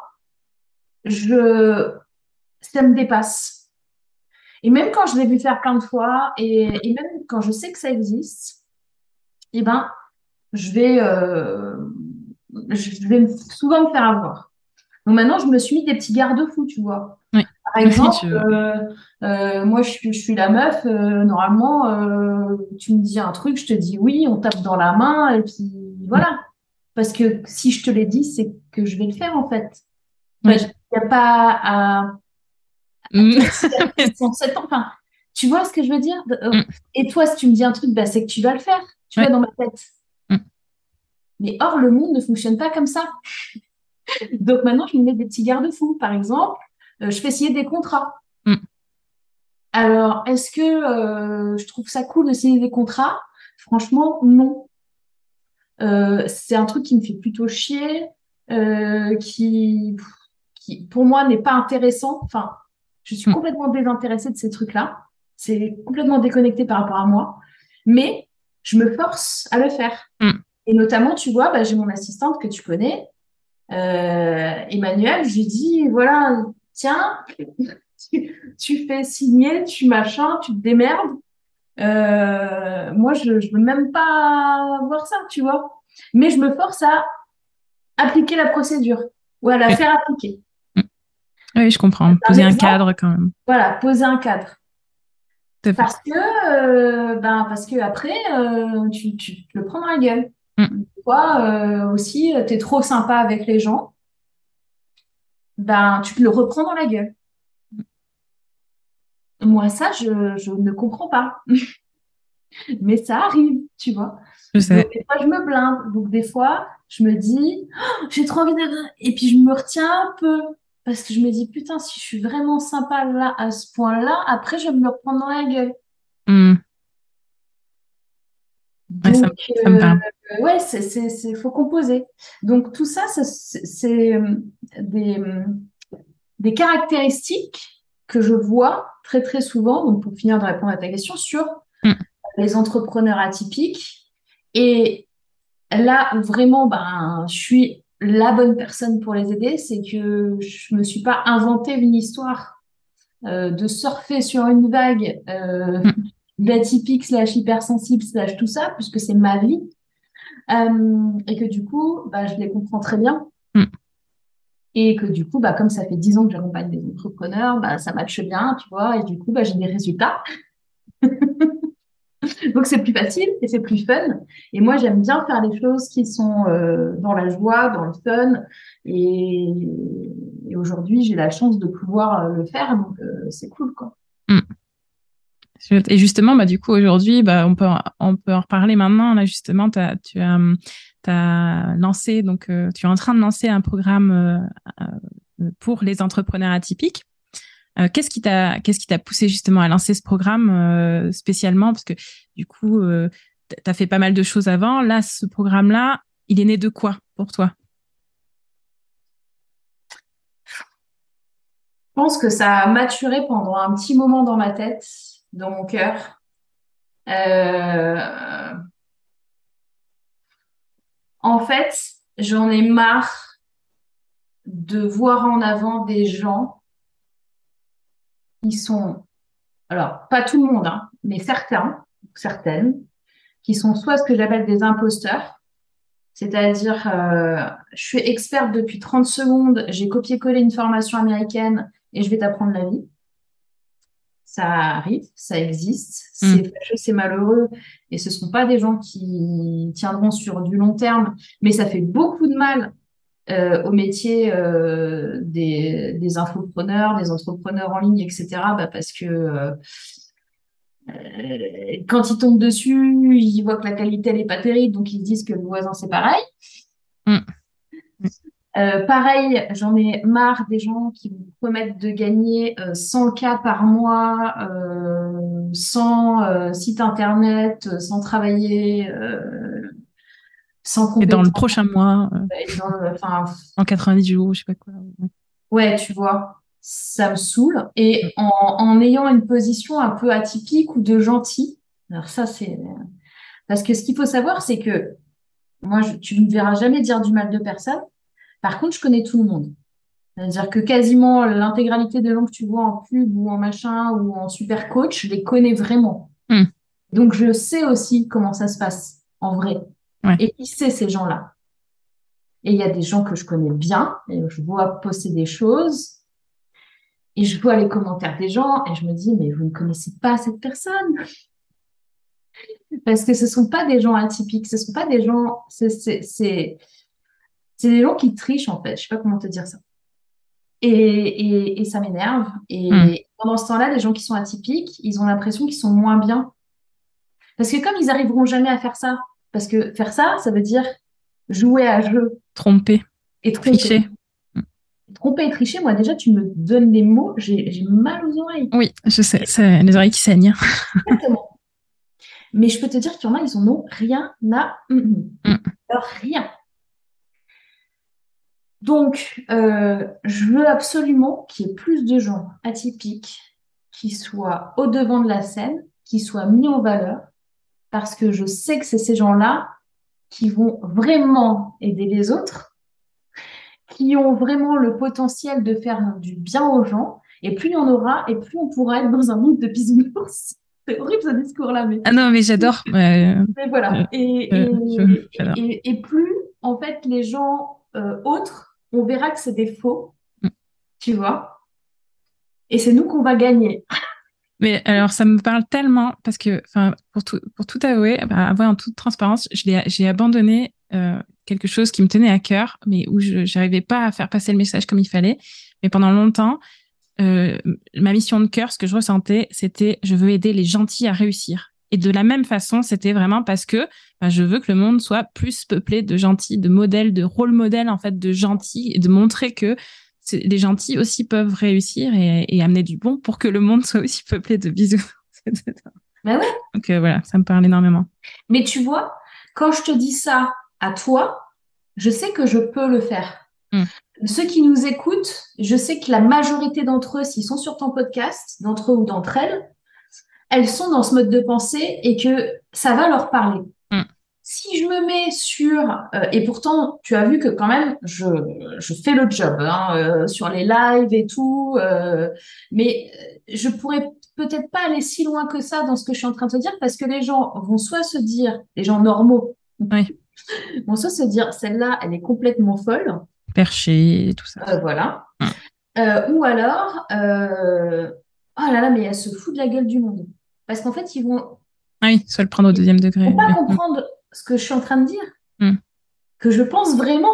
je ça me dépasse. Et même quand je l'ai vu faire plein de fois et, et même quand je sais que ça existe, eh ben je vais euh, je vais souvent me faire avoir. Donc maintenant, je me suis mis des petits garde-fous, tu vois. Oui. Par Oui, exemple, je vois. euh, euh, moi, je, suis- je suis la meuf. Euh, normalement, euh, tu me dis un truc, je te dis oui, on tape dans la main, et puis Mm. voilà. Parce que si je te l'ai dit, c'est que je vais le faire, en fait. Enfin, Oui. il n'y a pas à, à Mm. dans sept ans. Enfin, tu vois ce que je veux dire? Euh, Mm. Et toi, si tu me dis un truc, bah, c'est que tu vas le faire, tu vois, Ouais. dans ma tête. Mm. Mais or, le monde ne fonctionne pas comme ça. Donc maintenant, je me mets des petits garde-fous. Par exemple, euh, je fais signer des contrats. Mm. Alors, est-ce que euh, je trouve ça cool de signer des contrats? Franchement, non. Euh, c'est un truc qui me fait plutôt chier, euh, qui, qui, pour moi, n'est pas intéressant. Enfin, je suis Mm. complètement désintéressée de ces trucs-là. C'est complètement déconnecté par rapport à moi. Mais je me force à le faire. Mm. Et notamment, tu vois, bah, j'ai mon assistante que tu connais, euh, Emmanuel. Je lui dis, voilà, tiens, tu, tu fais signer, tu machin, tu te démerdes. Euh, moi, je, je veux même pas voir ça, tu vois. Mais je me force à appliquer la procédure ou à la Oui. faire appliquer. Mm. Oui, je comprends. Un Poser un exemple, cadre quand même. voilà, poser un cadre. Tout à fait. Parce que, euh, ben, parce que après, euh, tu, tu te le prends dans la gueule. Mm. Toi euh, aussi, tu es trop sympa avec les gens, ben, tu te le reprends dans la gueule. Moi, ça, je, je ne comprends pas. Mais ça arrive, tu vois. Je Donc, sais. des fois, je me blinde. Donc, des fois, je me dis, oh, j'ai trop envie de... Et puis, je me retiens un peu. Parce que je me dis, putain, si je suis vraiment sympa là, à ce point-là, après, je vais me le reprendre dans la gueule. Mm. Ouais, ça, Donc, me- ça me euh, parle. ouais, c'est, c'est, c'est, faut composer. Donc, tout ça, ça, c'est c'est, euh, des, euh, des caractéristiques que je vois très, très souvent. Donc, pour finir de répondre à ta question, sur Mm. les entrepreneurs atypiques. Et là où vraiment, ben, je suis la bonne personne pour les aider, c'est que je me suis pas inventé une histoire euh, de surfer sur une vague euh, Mm. d'atypique slash hypersensible slash tout ça, puisque c'est ma vie. Euh, et que du coup, bah, je les comprends très bien. Mm. Et que du coup, bah, comme ça fait dix ans que j'accompagne des entrepreneurs, bah, ça matche bien, tu vois. Et du coup, bah, j'ai des résultats. Donc, c'est plus facile et c'est plus fun. Et moi, j'aime bien faire les choses qui sont euh, dans la joie, dans le fun. Et, et aujourd'hui, j'ai la chance de pouvoir euh, le faire. Donc, euh, c'est cool, quoi. Mm. Et justement, bah, du coup, aujourd'hui, bah, on peut, en- on peut en reparler maintenant. Là, justement, t'as, tu as, t'as lancé, donc, euh, tu es en train de lancer un programme euh, euh, pour les entrepreneurs atypiques. Euh, qu'est-ce qui t'a, qu'est-ce qui t'a poussé justement à lancer ce programme euh, spécialement? Parce que du coup, euh, tu as fait pas mal de choses avant. Là, ce programme-là, il est né de quoi pour toi? Je pense que ça a maturé pendant un petit moment dans ma tête, dans mon cœur. Euh, En fait, j'en ai marre de voir en avant des gens qui sont, alors pas tout le monde, hein, mais certains, certaines, qui sont soit ce que j'appelle des imposteurs, c'est-à-dire euh, je suis experte depuis trente secondes, j'ai copié-collé une formation américaine et je vais t'apprendre la vie. Ça arrive, ça existe, c'est Mm. fâcheux, c'est malheureux, et ce ne sont pas des gens qui tiendront sur du long terme, mais ça fait beaucoup de mal euh, au métier euh, des, des infopreneurs, des entrepreneurs en ligne, et cetera. Bah, parce que euh, euh, quand ils tombent dessus, ils voient que la qualité elle est pas terrible, donc ils se disent que le voisin c'est pareil. Mm. Mm. Euh, pareil, j'en ai marre des gens qui vous promettent de gagner euh, cent K par mois, euh, sans euh, site internet, euh, sans travailler, euh, sans Et dans le compétences. prochain mois, euh, Et dans le- Enfin, en quatre-vingt-dix jours, je sais pas quoi. ouais, tu vois, ça me saoule. Mm. Et en, en ayant une position un peu atypique ou de gentil, alors ça c'est... Parce que ce qu'il faut savoir, c'est que moi, je- tu ne me verras jamais dire du mal de personne. Par contre, je connais tout le monde. C'est-à-dire que quasiment l'intégralité des gens que tu vois en pub ou en machin ou en super coach, je les connais vraiment. Mm. Donc, je sais aussi comment ça se passe en vrai. Ouais. Et qui c'est ces gens-là? Et il y a des gens que je connais bien et je vois poster des choses et je vois les commentaires des gens et je me dis, mais vous ne connaissez pas cette personne. Parce que ce sont pas des gens atypiques, ce sont pas des gens, c'est, c'est, c'est, c'est des gens qui trichent en fait. Je sais pas comment te dire ça. Et, et, et ça m'énerve. Mm. Et pendant ce temps-là, les gens qui sont atypiques, ils ont l'impression qu'ils sont moins bien. Parce que comme ils arriveront jamais à faire ça, parce que faire ça, ça veut dire jouer à jeu Tromper, et tromper. tricher. Mm. Tromper et tricher, moi déjà, tu me donnes les mots, j'ai j'ai mal aux oreilles. Oui, je sais, c'est les oreilles qui saignent. Exactement. Mais je peux te dire qu'il y en a, ils en ont rien à... Mm, Mm. mm. Alors, rien. Donc, euh, je veux absolument qu'il y ait plus de gens atypiques qui soient au devant de la scène, qui soient mis en valeur, parce que je sais que c'est ces gens-là qui vont vraiment aider les autres, qui ont vraiment le potentiel de faire du bien aux gens, et plus il y en aura, et plus on pourra être dans un monde de bisounours. C'est horrible ce discours-là, mais, Ah non, mais j'adore. Euh, mais voilà. Et, euh, et, je- j'adore. et, et plus, en fait, les gens euh, autres, on verra que c'est des faux, Mm. tu vois, et c'est nous qu'on va gagner. Mais alors, ça me parle tellement parce que, enfin, pour tout, pour tout avouer, bah, avouer en toute transparence, je l'ai, j'ai abandonné euh, quelque chose qui me tenait à cœur, mais où je n'arrivais pas à faire passer le message comme il fallait. Mais pendant longtemps, euh, ma mission de cœur, ce que je ressentais, c'était je veux aider les gentils à réussir. Et de la même façon, c'était vraiment parce que bah, je veux que le monde soit plus peuplé de gentils, de modèles, de rôle modèles en fait, de gentils, et de montrer que c'est- les gentils aussi peuvent réussir et, et amener du bon pour que le monde soit aussi peuplé de bisous. Ben ouais. Donc euh, voilà, ça me parle énormément. Mais tu vois, quand je te dis ça à toi, je sais que je peux le faire. Mm. Ceux qui nous écoutent, je sais que la majorité d'entre eux, s'ils sont sur ton podcast, d'entre eux ou d'entre elles, elles sont dans ce mode de pensée et que ça va leur parler. Mm. Si je me mets sur, euh, et pourtant, tu as vu que quand même, je, je fais le job hein, euh, sur les lives et tout, euh, mais je pourrais peut-être pas aller si loin que ça dans ce que je suis en train de te dire parce que les gens vont soit se dire, les gens normaux, Oui. vont soit se dire, celle-là, elle est complètement folle, Perché, tout ça. euh, voilà, Mm. euh, ou alors, euh, oh là là, mais elle se fout de la gueule du monde. Parce qu'en fait, ils vont, Ah oui, soit le prendre au deuxième degré. vont pas Oui. comprendre ce que je suis en train de dire, Mm. que je pense vraiment.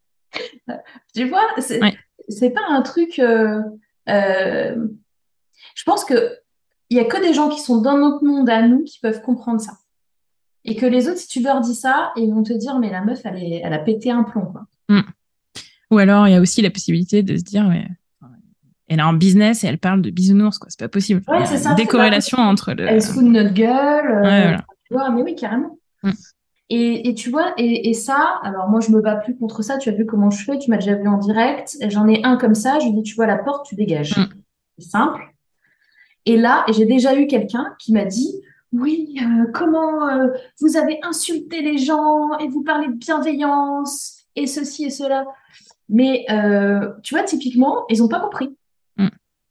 Tu vois, c'est Oui. c'est pas un truc. euh, euh, je pense que il y a que des gens qui sont dans notre monde à nous qui peuvent comprendre ça. Et que les autres, si tu leur dis ça, ils vont te dire, mais la meuf, elle est, elle a pété un plomb, quoi. Mm. Ou alors, il y a aussi la possibilité de se dire, mais elle est en business et elle parle de bisounours, quoi. C'est pas possible. Ouais, Il y a c'est une ça. C'est pas décorrélation possible. entre le. Elle se fout de notre gueule. euh, Ouais, voilà. Tu vois, mais oui, carrément. Mm. Et, et tu vois, et, et ça, alors moi, je me bats plus contre ça. Tu as vu comment je fais. Tu m'as déjà vu en direct. Et j'en ai un comme ça. Je lui dis, tu vois la porte, tu dégages. Mm. C'est simple. Et là, j'ai déjà eu quelqu'un qui m'a dit, oui, euh, comment euh, vous avez insulté les gens et vous parlez de bienveillance et ceci et cela. Mais euh, tu vois, typiquement, ils n'ont pas compris. Mm.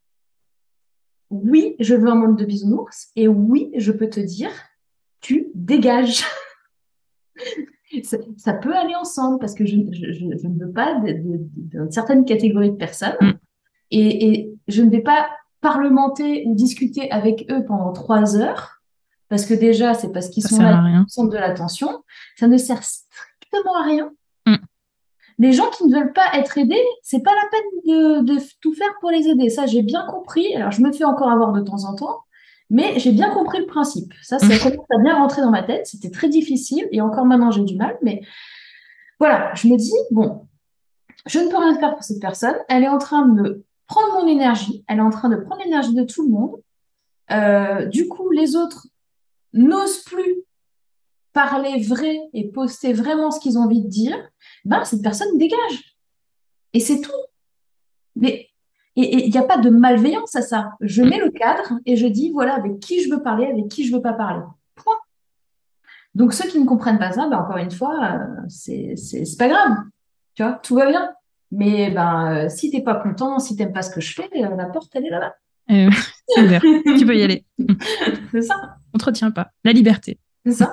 Oui, je veux un monde de bisounours et oui, je peux te dire, tu dégages. ça, ça peut aller ensemble parce que je, je, je, je ne veux pas de- de- d'une certaine catégorie de personnes Mm. et, et je ne vais pas parlementer ou discuter avec eux pendant trois heures parce que déjà, c'est parce qu'ils Ça sont sert là à rien. au centre de l'attention. Ça ne sert strictement à rien. Mm. Les gens qui ne veulent pas être aidés, c'est pas la peine de, de tout faire pour les aider. Ça, j'ai bien compris. Alors, je me fais encore avoir de temps en temps, mais j'ai bien compris le principe. Ça, ça commence à bien rentrer dans ma tête. C'était très difficile et encore maintenant, j'ai du mal. Mais voilà, je me dis, bon, je ne peux rien faire pour cette personne. Elle est en train de me prendre mon énergie. Elle est en train de prendre l'énergie de tout le monde. Euh, du coup, les autres n'osent plus parler vrai et poster vraiment ce qu'ils ont envie de dire. Ben, cette personne dégage. Et c'est tout. Mais et il n'y a pas de malveillance à ça. Je mets le cadre et je dis, voilà, avec qui je veux parler, avec qui je veux pas parler. Point. Donc, ceux qui ne comprennent pas ça, ben, encore une fois, euh, c'est, c'est, c'est pas grave. Tu vois, tout va bien. Mais ben, euh, si t'es pas content, si t'aimes pas ce que je fais, euh, la porte, elle est là-bas. Euh, c'est ouvert. Tu peux y aller. C'est ça. On te retient pas. La liberté. C'est ça.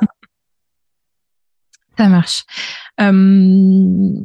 Ça marche. Euh...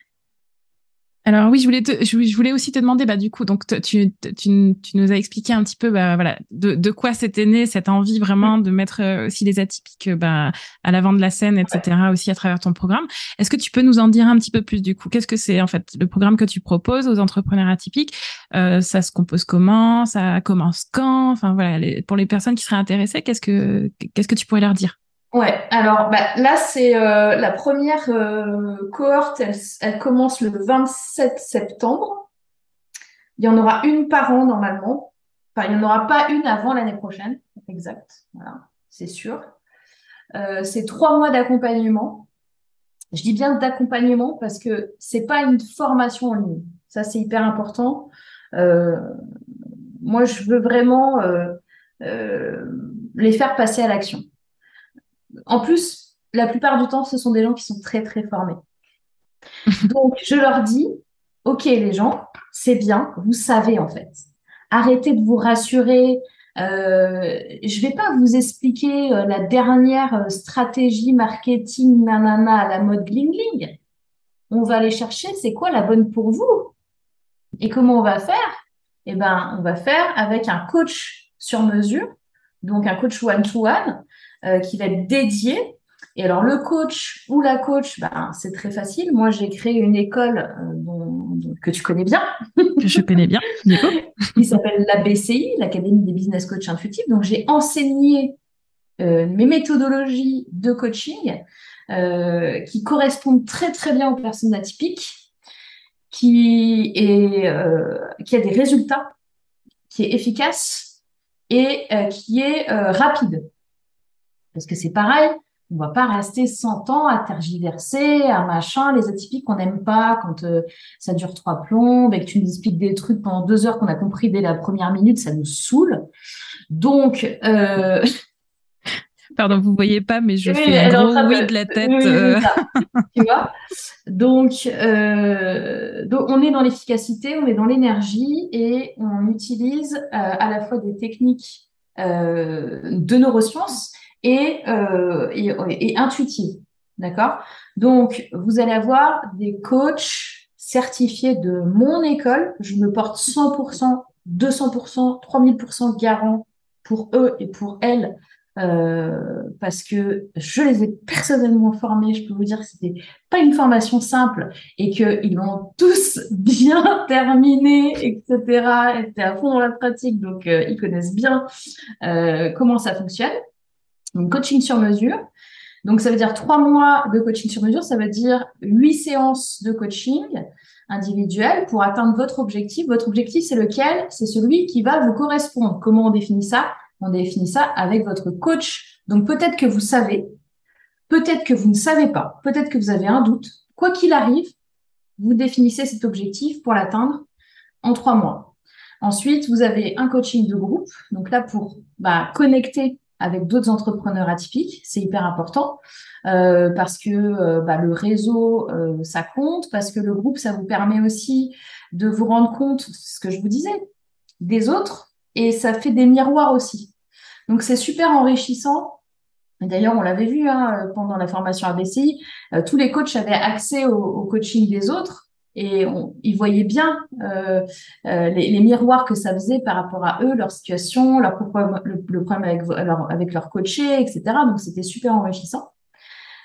Alors oui, je voulais, te, je voulais aussi te demander, bah du coup, donc tu, tu, tu, tu nous as expliqué un petit peu, bah voilà, de, de quoi c'était né cette envie vraiment de mettre aussi les atypiques, bah à l'avant de la scène, et cetera. Aussi à travers ton programme. Est-ce que tu peux nous en dire un petit peu plus du coup? Qu'est-ce que c'est en fait le programme que tu proposes aux entrepreneurs atypiques? Euh, ça se compose comment? Ça commence quand? Enfin voilà, les, pour les personnes qui seraient intéressées, qu'est-ce que qu'est-ce que tu pourrais leur dire? Ouais, alors bah, là, c'est euh, la première euh, cohorte, elle, elle commence le vingt-sept septembre. Il y en aura une par an normalement. Enfin, il n'y en aura pas une avant l'année prochaine, exact. Voilà, c'est sûr. Euh, c'est trois mois d'accompagnement. Je dis bien d'accompagnement parce que c'est pas une formation en ligne. Ça, c'est hyper important. Euh, moi, je veux vraiment euh, euh, les faire passer à l'action. En plus, la plupart du temps, ce sont des gens qui sont très, très formés. Donc, je leur dis, OK, les gens, c'est bien, vous savez en fait. Arrêtez de vous rassurer. Euh, je vais pas vous expliquer euh, la dernière euh, stratégie marketing nanana à la mode bling bling. On va aller chercher, c'est quoi la bonne pour vous? Et comment on va faire? Eh ben, on va faire avec un coach sur mesure, donc un coach one-to-one euh, qui va être dédié. Et alors, le coach ou la coach, ben, c'est très facile. Moi, j'ai créé une école euh, dont, dont- que tu connais bien, Que je connais bien, du coup. qui s'appelle l'A B C I, l'Académie des Business Coach Intuitifs. Donc, j'ai enseigné euh, mes méthodologies de coaching euh, qui correspondent très, très bien aux personnes atypiques, qui, est, euh, qui a des résultats, qui est efficace et euh, qui est euh, rapide. Parce que c'est pareil, on va pas rester cent ans à tergiverser, à machin, les atypiques qu'on n'aime pas quand euh, ça dure trois plombes et que tu nous expliques des trucs pendant deux heures qu'on a compris dès la première minute, ça nous saoule. Donc, euh... Pardon, vous voyez pas, mais je oui, fais un elle est en gros train oui de... de la tête. Oui, oui, euh. c'est ça. Tu vois? Donc, euh, donc, on est dans l'efficacité, on est dans l'énergie et on utilise euh, à la fois des techniques euh, de neurosciences et, euh, et, et intuitives. D'accord? Donc, vous allez avoir des coachs certifiés de mon école. Je me porte cent pour cent, deux cents pour cent, trois mille pour cent garant pour eux et pour elles. Euh, parce que je les ai personnellement formés, je peux vous dire que c'était pas une formation simple et qu'ils l'ont tous bien terminé, et cetera. Et c'était à fond dans la pratique, donc euh, ils connaissent bien euh, comment ça fonctionne. Donc coaching sur mesure. Donc ça veut dire trois mois de coaching sur mesure, ça veut dire huit séances de coaching individuel pour atteindre votre objectif. Votre objectif, c'est lequel? C'est celui qui va vous correspondre. Comment on définit ça? On définit ça avec votre coach. Donc peut-être que vous savez, peut-être que vous ne savez pas, peut-être que vous avez un doute. Quoi qu'il arrive, vous définissez cet objectif pour l'atteindre en trois mois. Ensuite, vous avez un coaching de groupe. Donc là, pour bah, connecter avec d'autres entrepreneurs atypiques, c'est hyper important euh, parce que euh, bah, le réseau, euh, ça compte, parce que le groupe, ça vous permet aussi de vous rendre compte, ce que je vous disais, des autres, et ça fait des miroirs aussi. Donc, c'est super enrichissant. D'ailleurs, on l'avait vu hein, pendant la formation A B C I, euh, tous les coachs avaient accès au, au coaching des autres et on, ils voyaient bien euh, euh, les, les miroirs que ça faisait par rapport à eux, leur situation, leur problème, le, le problème avec, leur, avec leur coaché, et cetera. Donc, c'était super enrichissant.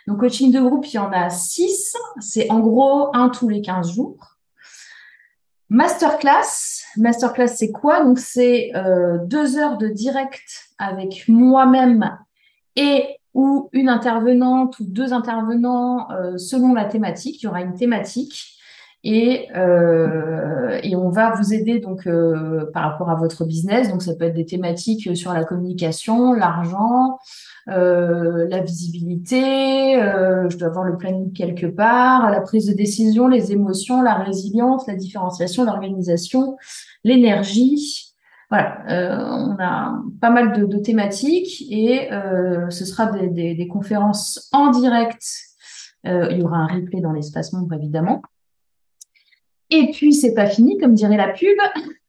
Donc, coaching de groupe, il y en a six. C'est en gros un tous les quinze jours. Masterclass. Masterclass, c'est quoi? Donc, c'est euh, deux heures de direct avec moi-même et ou une intervenante ou deux intervenants euh, selon la thématique. Il y aura une thématique. Et, euh, et on va vous aider donc euh, par rapport à votre business. Donc, ça peut être des thématiques sur la communication, l'argent, euh, la visibilité, euh, je dois avoir le planning quelque part, la prise de décision, les émotions, la résilience, la différenciation, l'organisation, l'énergie. Voilà, euh, on a pas mal de, de thématiques et euh, ce sera des, des, des conférences en direct. Euh, il y aura un replay dans l'espace membre, évidemment. Et puis, c'est pas fini, comme dirait la pub.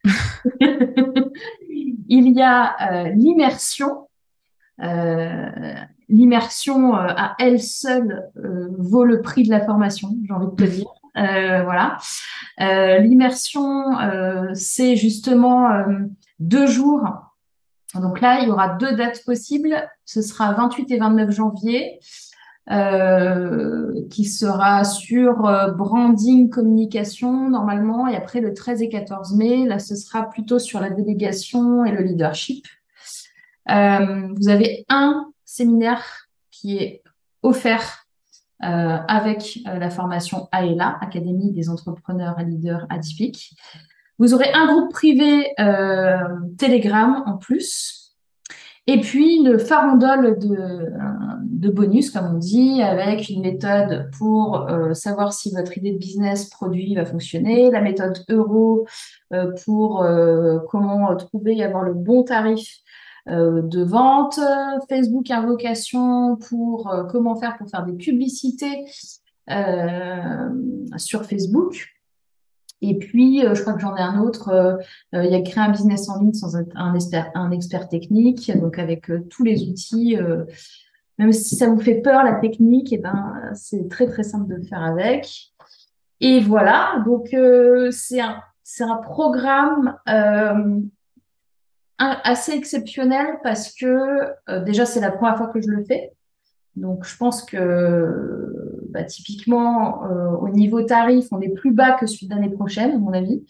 Il y a euh, l'immersion. Euh, l'immersion euh, à elle seule euh, vaut le prix de la formation, j'ai envie de te dire. Euh, voilà. Euh, l'immersion, euh, c'est justement euh, deux jours. Donc là, il y aura deux dates possibles. Ce sera vingt-huit et vingt-neuf janvier. Euh, qui sera sur euh, branding, communication normalement, et après le treize et quatorze mai, là ce sera plutôt sur la délégation et le leadership. Euh, vous avez un séminaire qui est offert euh, avec euh, la formation A E L A, Académie des entrepreneurs et leaders atypiques. Vous aurez un groupe privé euh, Telegram en plus. Et puis, une farandole de, de bonus, comme on dit, avec une méthode pour euh, savoir si votre idée de business produit va fonctionner, la méthode euro euh, pour euh, comment trouver et avoir le bon tarif euh, de vente, Facebook Invocation pour euh, comment faire pour faire des publicités euh, sur Facebook. Et puis, euh, je crois que j'en ai un autre. Euh, euh, il y a créer un business en ligne sans être un expert, un expert technique, donc avec euh, tous les outils. Euh, même si ça vous fait peur la technique, et ben c'est très très simple de le faire avec. Et voilà. Donc euh, c'est un c'est un programme euh, un, assez exceptionnel parce que euh, déjà c'est la première fois que je le fais. Donc, je pense que bah, typiquement, euh, au niveau tarif, on est plus bas que celui de l'année prochaine, à mon avis.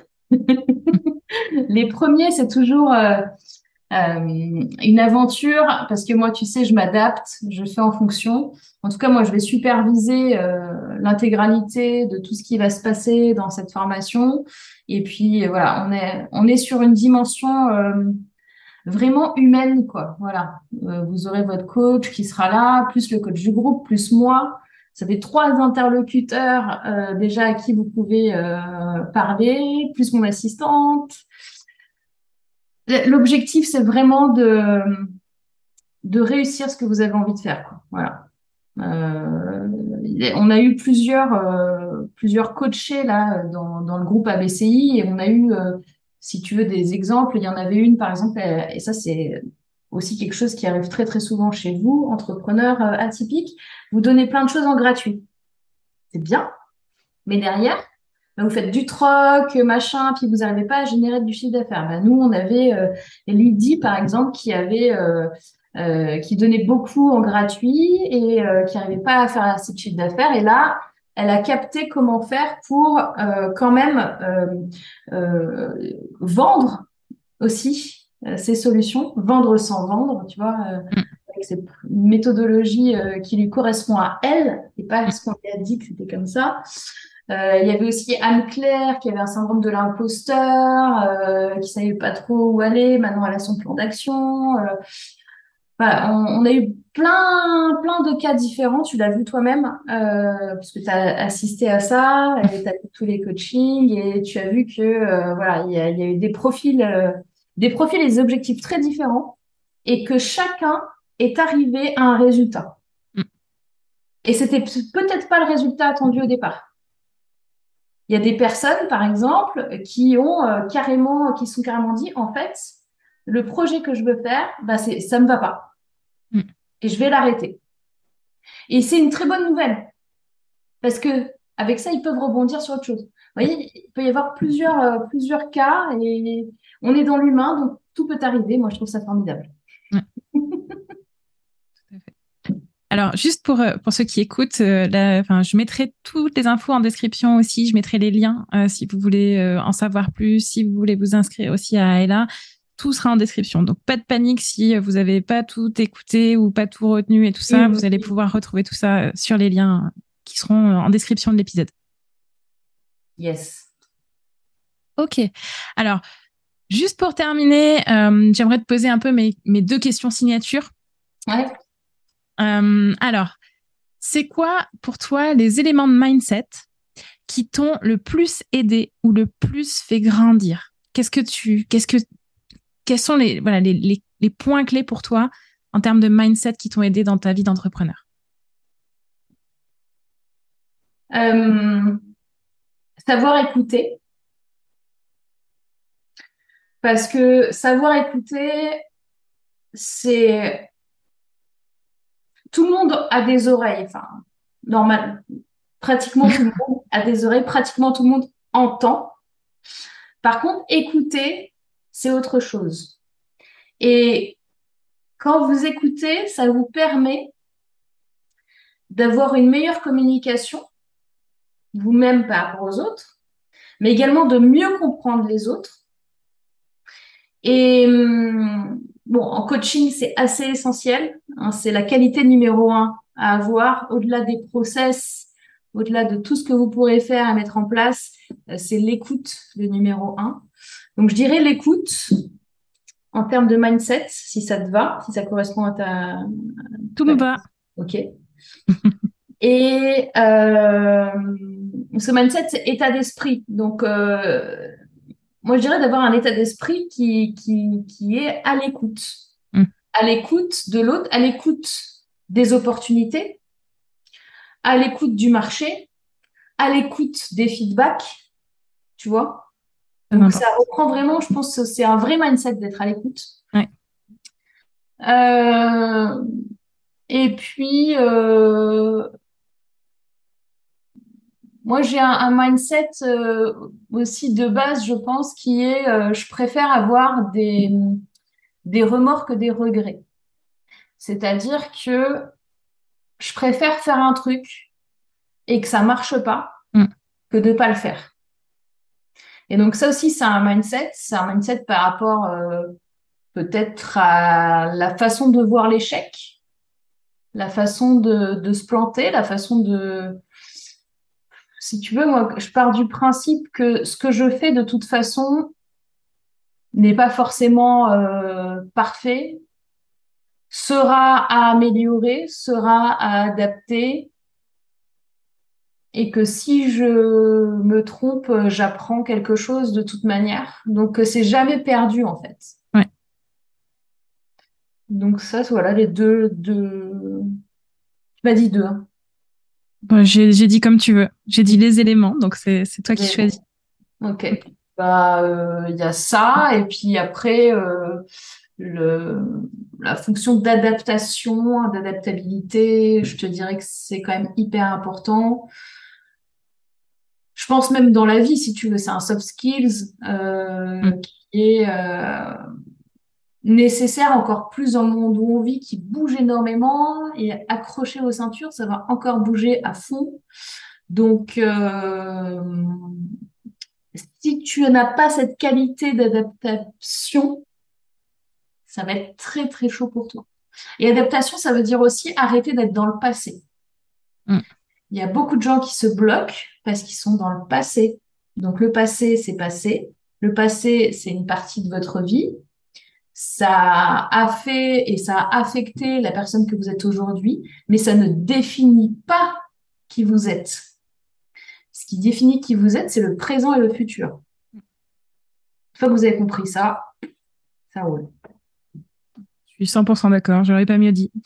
Les premiers, c'est toujours euh, euh, une aventure parce que moi, tu sais, je m'adapte, je fais en fonction. En tout cas, moi, je vais superviser euh, l'intégralité de tout ce qui va se passer dans cette formation. Et puis, voilà, on est, on est sur une dimension euh, vraiment humaine, quoi. Voilà. Euh, vous aurez votre coach qui sera là, plus le coach du groupe, plus moi. Ça fait trois interlocuteurs euh, déjà à qui vous pouvez euh, parler, plus mon assistante. L'objectif, c'est vraiment de, de réussir ce que vous avez envie de faire, quoi. Voilà. Euh, on a eu plusieurs, euh, plusieurs coachés là dans, dans le groupe A B C I et on a eu, euh, si tu veux, des exemples. Il y en avait une, par exemple, euh, et ça c'est aussi quelque chose qui arrive très très souvent chez vous, entrepreneurs euh, atypiques. Vous donnez plein de choses en gratuit. C'est bien, mais derrière, ben, vous faites du troc, machin, puis vous n'arrivez pas à générer du chiffre d'affaires. Ben, nous, on avait euh, Lydie, par exemple, qui avait euh, euh, qui donnait beaucoup en gratuit et euh, qui n'arrivait pas à faire assez de chiffre d'affaires. Et là, elle a capté comment faire pour euh, quand même euh, euh, vendre aussi euh, ces solutions, vendre sans vendre, tu vois, euh, avec cette méthodologie euh, qui lui correspond à elle et pas ce qu'on lui a dit que c'était comme ça. Euh, il y avait aussi Anne-Claire qui avait un syndrome de l'imposteur, euh, qui savait pas trop où aller. Maintenant, elle a son plan d'action. Euh, voilà, on, on a eu plein, plein de cas différents. Tu l'as vu toi-même, euh, puisque tu as assisté à ça, tu as fait tous les coachings et tu as vu que euh, voilà, il y a, il y a eu des profils, euh, des profils et des objectifs très différents et que chacun est arrivé à un résultat. Mm. Et c'était peut-être pas le résultat attendu au départ. Il y a des personnes, par exemple, qui ont euh, carrément, qui sont carrément dit, en fait, le projet que je veux faire, bah c'est, ça me va pas. Mm. Et je vais l'arrêter. Et c'est une très bonne nouvelle. Parce que avec ça, ils peuvent rebondir sur autre chose. Vous voyez, il peut y avoir plusieurs, euh, plusieurs cas et on est dans l'humain, donc tout peut arriver. Moi, je trouve ça formidable. Ouais. Tout à fait. Alors, juste pour, euh, pour ceux qui écoutent, euh, là, enfin, je mettrai toutes les infos en description aussi. Je mettrai les liens euh, si vous voulez euh, en savoir plus, si vous voulez vous inscrire aussi à Ella. Tout sera en description. Donc, pas de panique si vous n'avez pas tout écouté ou pas tout retenu et tout ça. Oui, Vous allez oui. pouvoir retrouver tout ça sur les liens qui seront en description de l'épisode. Yes. Ok. Alors, juste pour terminer, euh, j'aimerais te poser un peu mes, mes deux questions signatures. Ouais. Euh, alors, c'est quoi pour toi les éléments de mindset qui t'ont le plus aidé ou le plus fait grandir? Qu'est-ce que tu, qu'est-ce que, quels sont les, voilà, les, les, les points clés pour toi en termes de mindset qui t'ont aidé dans ta vie d'entrepreneur? Euh, savoir écouter. Parce que savoir écouter, c'est... Tout le monde a des oreilles. Enfin, normal. Pratiquement tout le monde a des oreilles. Pratiquement tout le monde entend. Par contre, écouter, c'est autre chose. Et quand vous écoutez, ça vous permet d'avoir une meilleure communication, vous-même par rapport aux autres, mais également de mieux comprendre les autres. Et hum, bon, en coaching, c'est assez essentiel, hein, c'est la qualité numéro un à avoir, au-delà des process, au-delà de tout ce que vous pourrez faire et mettre en place, euh, c'est l'écoute, le numéro un. Donc, je dirais l'écoute en termes de mindset, si ça te va, si ça correspond à ta... Tout me va. Ok. Et euh, ce mindset, c'est état d'esprit. Donc, euh, moi, je dirais d'avoir un état d'esprit qui, qui, qui est à l'écoute. Mm. À l'écoute de l'autre, à l'écoute des opportunités, à l'écoute du marché, à l'écoute des feedbacks, tu vois. Donc, ça reprend vraiment, je pense que c'est un vrai mindset d'être à l'écoute. Ouais. Euh, et puis, euh, moi, j'ai un, un mindset euh, aussi de base, je pense, qui est, euh, je préfère avoir des, des remords que des regrets. C'est-à-dire que je préfère faire un truc et que ça marche pas Mm. que de pas le faire. Et donc ça aussi, c'est un mindset. C'est un mindset par rapport euh, peut-être à la façon de voir l'échec, la façon de, de se planter, la façon de... Si tu veux, moi, je pars du principe que ce que je fais de toute façon n'est pas forcément euh, parfait, sera à améliorer, sera à adapter, et que si je me trompe, j'apprends quelque chose de toute manière. Donc, c'est jamais perdu, en fait. Ouais. Donc, ça, voilà, les deux, deux... Tu m'as dit deux. Hein. Bon, j'ai, j'ai dit comme tu veux. J'ai dit les éléments, donc c'est, c'est toi qui Les... choisis. Ok. Bah, euh, il y a ça, et puis après, euh, le... la fonction d'adaptation, d'adaptabilité, je te dirais que c'est quand même hyper important. Je pense même dans la vie, si tu veux, c'est un soft skills euh, Mm. qui est euh, nécessaire encore plus dans le monde où on vit, qui bouge énormément, et accroché aux ceintures, ça va encore bouger à fond. Donc, euh, si tu n'as pas cette qualité d'adaptation, ça va être très très chaud pour toi. Et adaptation, ça veut dire aussi arrêter d'être dans le passé. Mm. Il y a beaucoup de gens qui se bloquent parce qu'ils sont dans le passé. Donc le passé, c'est passé. Le passé, c'est une partie de votre vie. Ça a fait et ça a affecté la personne que vous êtes aujourd'hui, mais ça ne définit pas qui vous êtes. Ce qui définit qui vous êtes, c'est le présent et le futur. Une fois que vous avez compris ça, ça roule. Je suis cent pour cent d'accord, j'aurais pas mieux dit.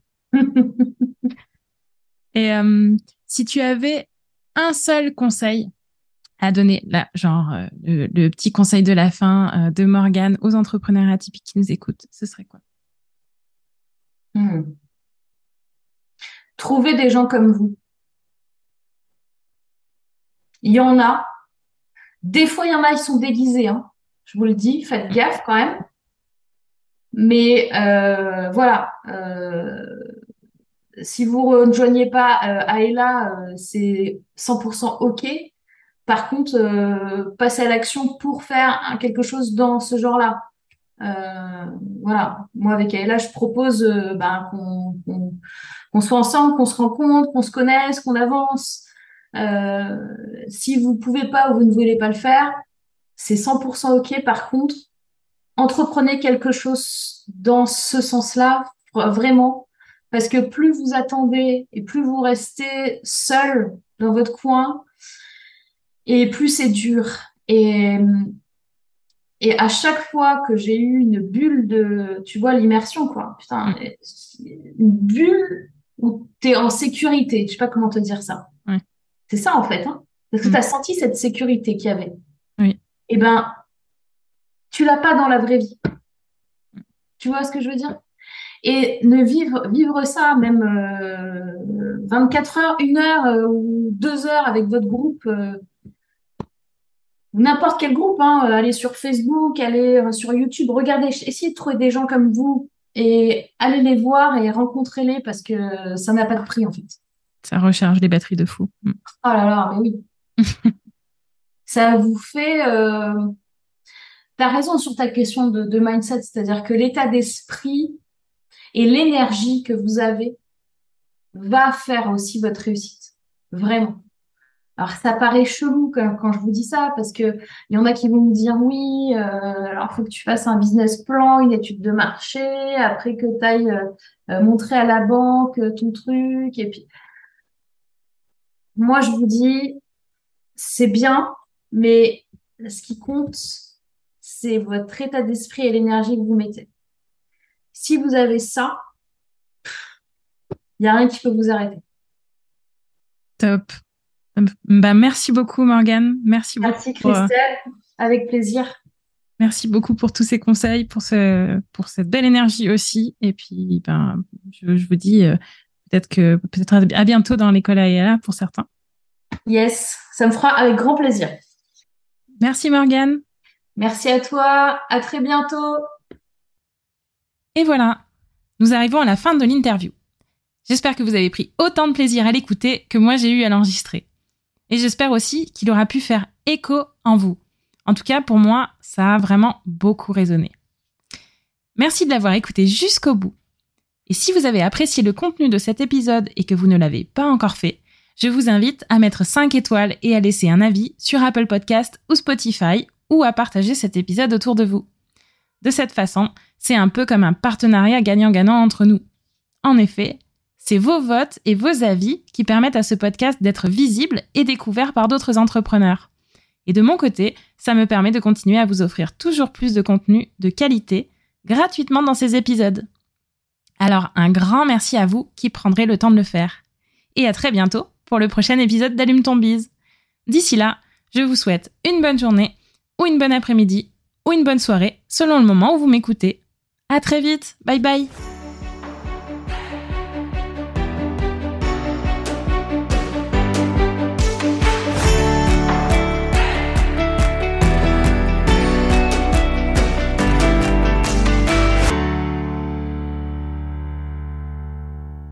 Et euh, si tu avais un seul conseil à donner, là, genre euh, le, le petit conseil de la fin euh, de Morgane aux entrepreneurs atypiques qui nous écoutent, ce serait quoi? Hmm. Trouvez des gens comme vous. Il y en a. Des fois, il y en a, ils sont déguisés. Hein. Je vous le dis, faites gaffe quand même. Mais euh, voilà, euh, si vous ne rejoignez pas euh, Aela, euh, c'est cent pour cent OK. Par contre, euh, passez à l'action pour faire un- quelque chose dans ce genre-là. Euh, voilà. Moi, avec Aela, je propose euh, ben, qu'on qu'on- qu'on soit ensemble, qu'on se rencontre, qu'on se connaisse, qu'on avance. Euh, si vous pouvez pas ou vous ne voulez pas le faire, c'est cent pour cent OK. Par contre, entreprenez quelque chose dans ce sens-là, vraiment, parce que plus vous attendez et plus vous restez seul dans votre coin, et plus c'est dur. Et, et à chaque fois que j'ai eu une bulle de, tu vois, l'immersion, quoi, putain, Mm. une bulle où tu es en sécurité, je sais pas comment te dire ça. Ouais. C'est ça, en fait, hein. Parce que Mm. tu as senti cette sécurité qu'il y avait. Oui. Eh ben, tu l'as pas dans la vraie vie. Tu vois ce que je veux dire? Et ne vivre, vivre ça, même euh, vingt-quatre heures, une heure euh, ou deux heures avec votre groupe, euh, n'importe quel groupe, hein, euh, allez sur Facebook, allez euh, sur YouTube, regardez, essayez de trouver des gens comme vous et allez les voir et rencontrez-les parce que ça n'a pas de prix en fait. Ça recharge les batteries de fou. Mm. Oh là là, mais oui. Ça vous fait... Euh... T'as raison sur ta question de, de mindset, c'est-à-dire que l'état d'esprit et l'énergie que vous avez va faire aussi votre réussite. Vraiment. Alors, ça paraît chelou quand, quand je vous dis ça, parce que il y en a qui vont me dire oui, euh, alors faut que tu fasses un business plan, une étude de marché, après que tu ailles euh, euh, montrer à la banque euh, ton truc. Et puis, moi, je vous dis, c'est bien, mais ce qui compte, c'est votre état d'esprit et l'énergie que vous mettez. Si vous avez ça, il n'y a rien qui peut vous arrêter. Top. Bah, merci beaucoup, Morgane. Merci beaucoup. Merci, pour, euh, Christelle. Avec plaisir. merci beaucoup pour tous ces conseils, pour, ce, pour cette belle énergie aussi. Et puis, ben, je, je vous dis euh, peut-être que peut-être à bientôt dans l'école Aela pour certains. Yes, ça me fera avec grand plaisir. Merci, Morgane. Merci à toi. À très bientôt. Et voilà, nous arrivons à la fin de l'interview. J'espère que vous avez pris autant de plaisir à l'écouter que moi j'ai eu à l'enregistrer. Et j'espère aussi qu'il aura pu faire écho en vous. En tout cas, pour moi, ça a vraiment beaucoup résonné. Merci de l'avoir écouté jusqu'au bout. Et si vous avez apprécié le contenu de cet épisode et que vous ne l'avez pas encore fait, je vous invite à mettre cinq étoiles et à laisser un avis sur Apple Podcast ou Spotify ou à partager cet épisode autour de vous. De cette façon, c'est un peu comme un partenariat gagnant-gagnant entre nous. En effet, c'est vos votes et vos avis qui permettent à ce podcast d'être visible et découvert par d'autres entrepreneurs. Et de mon côté, ça me permet de continuer à vous offrir toujours plus de contenu de qualité gratuitement dans ces épisodes. Alors un grand merci à vous qui prendrez le temps de le faire. Et à très bientôt pour le prochain épisode d'Allume ton bise. D'ici là, je vous souhaite une bonne journée ou une bonne après-midi ou une bonne soirée selon le moment où vous m'écoutez. À très vite, bye bye.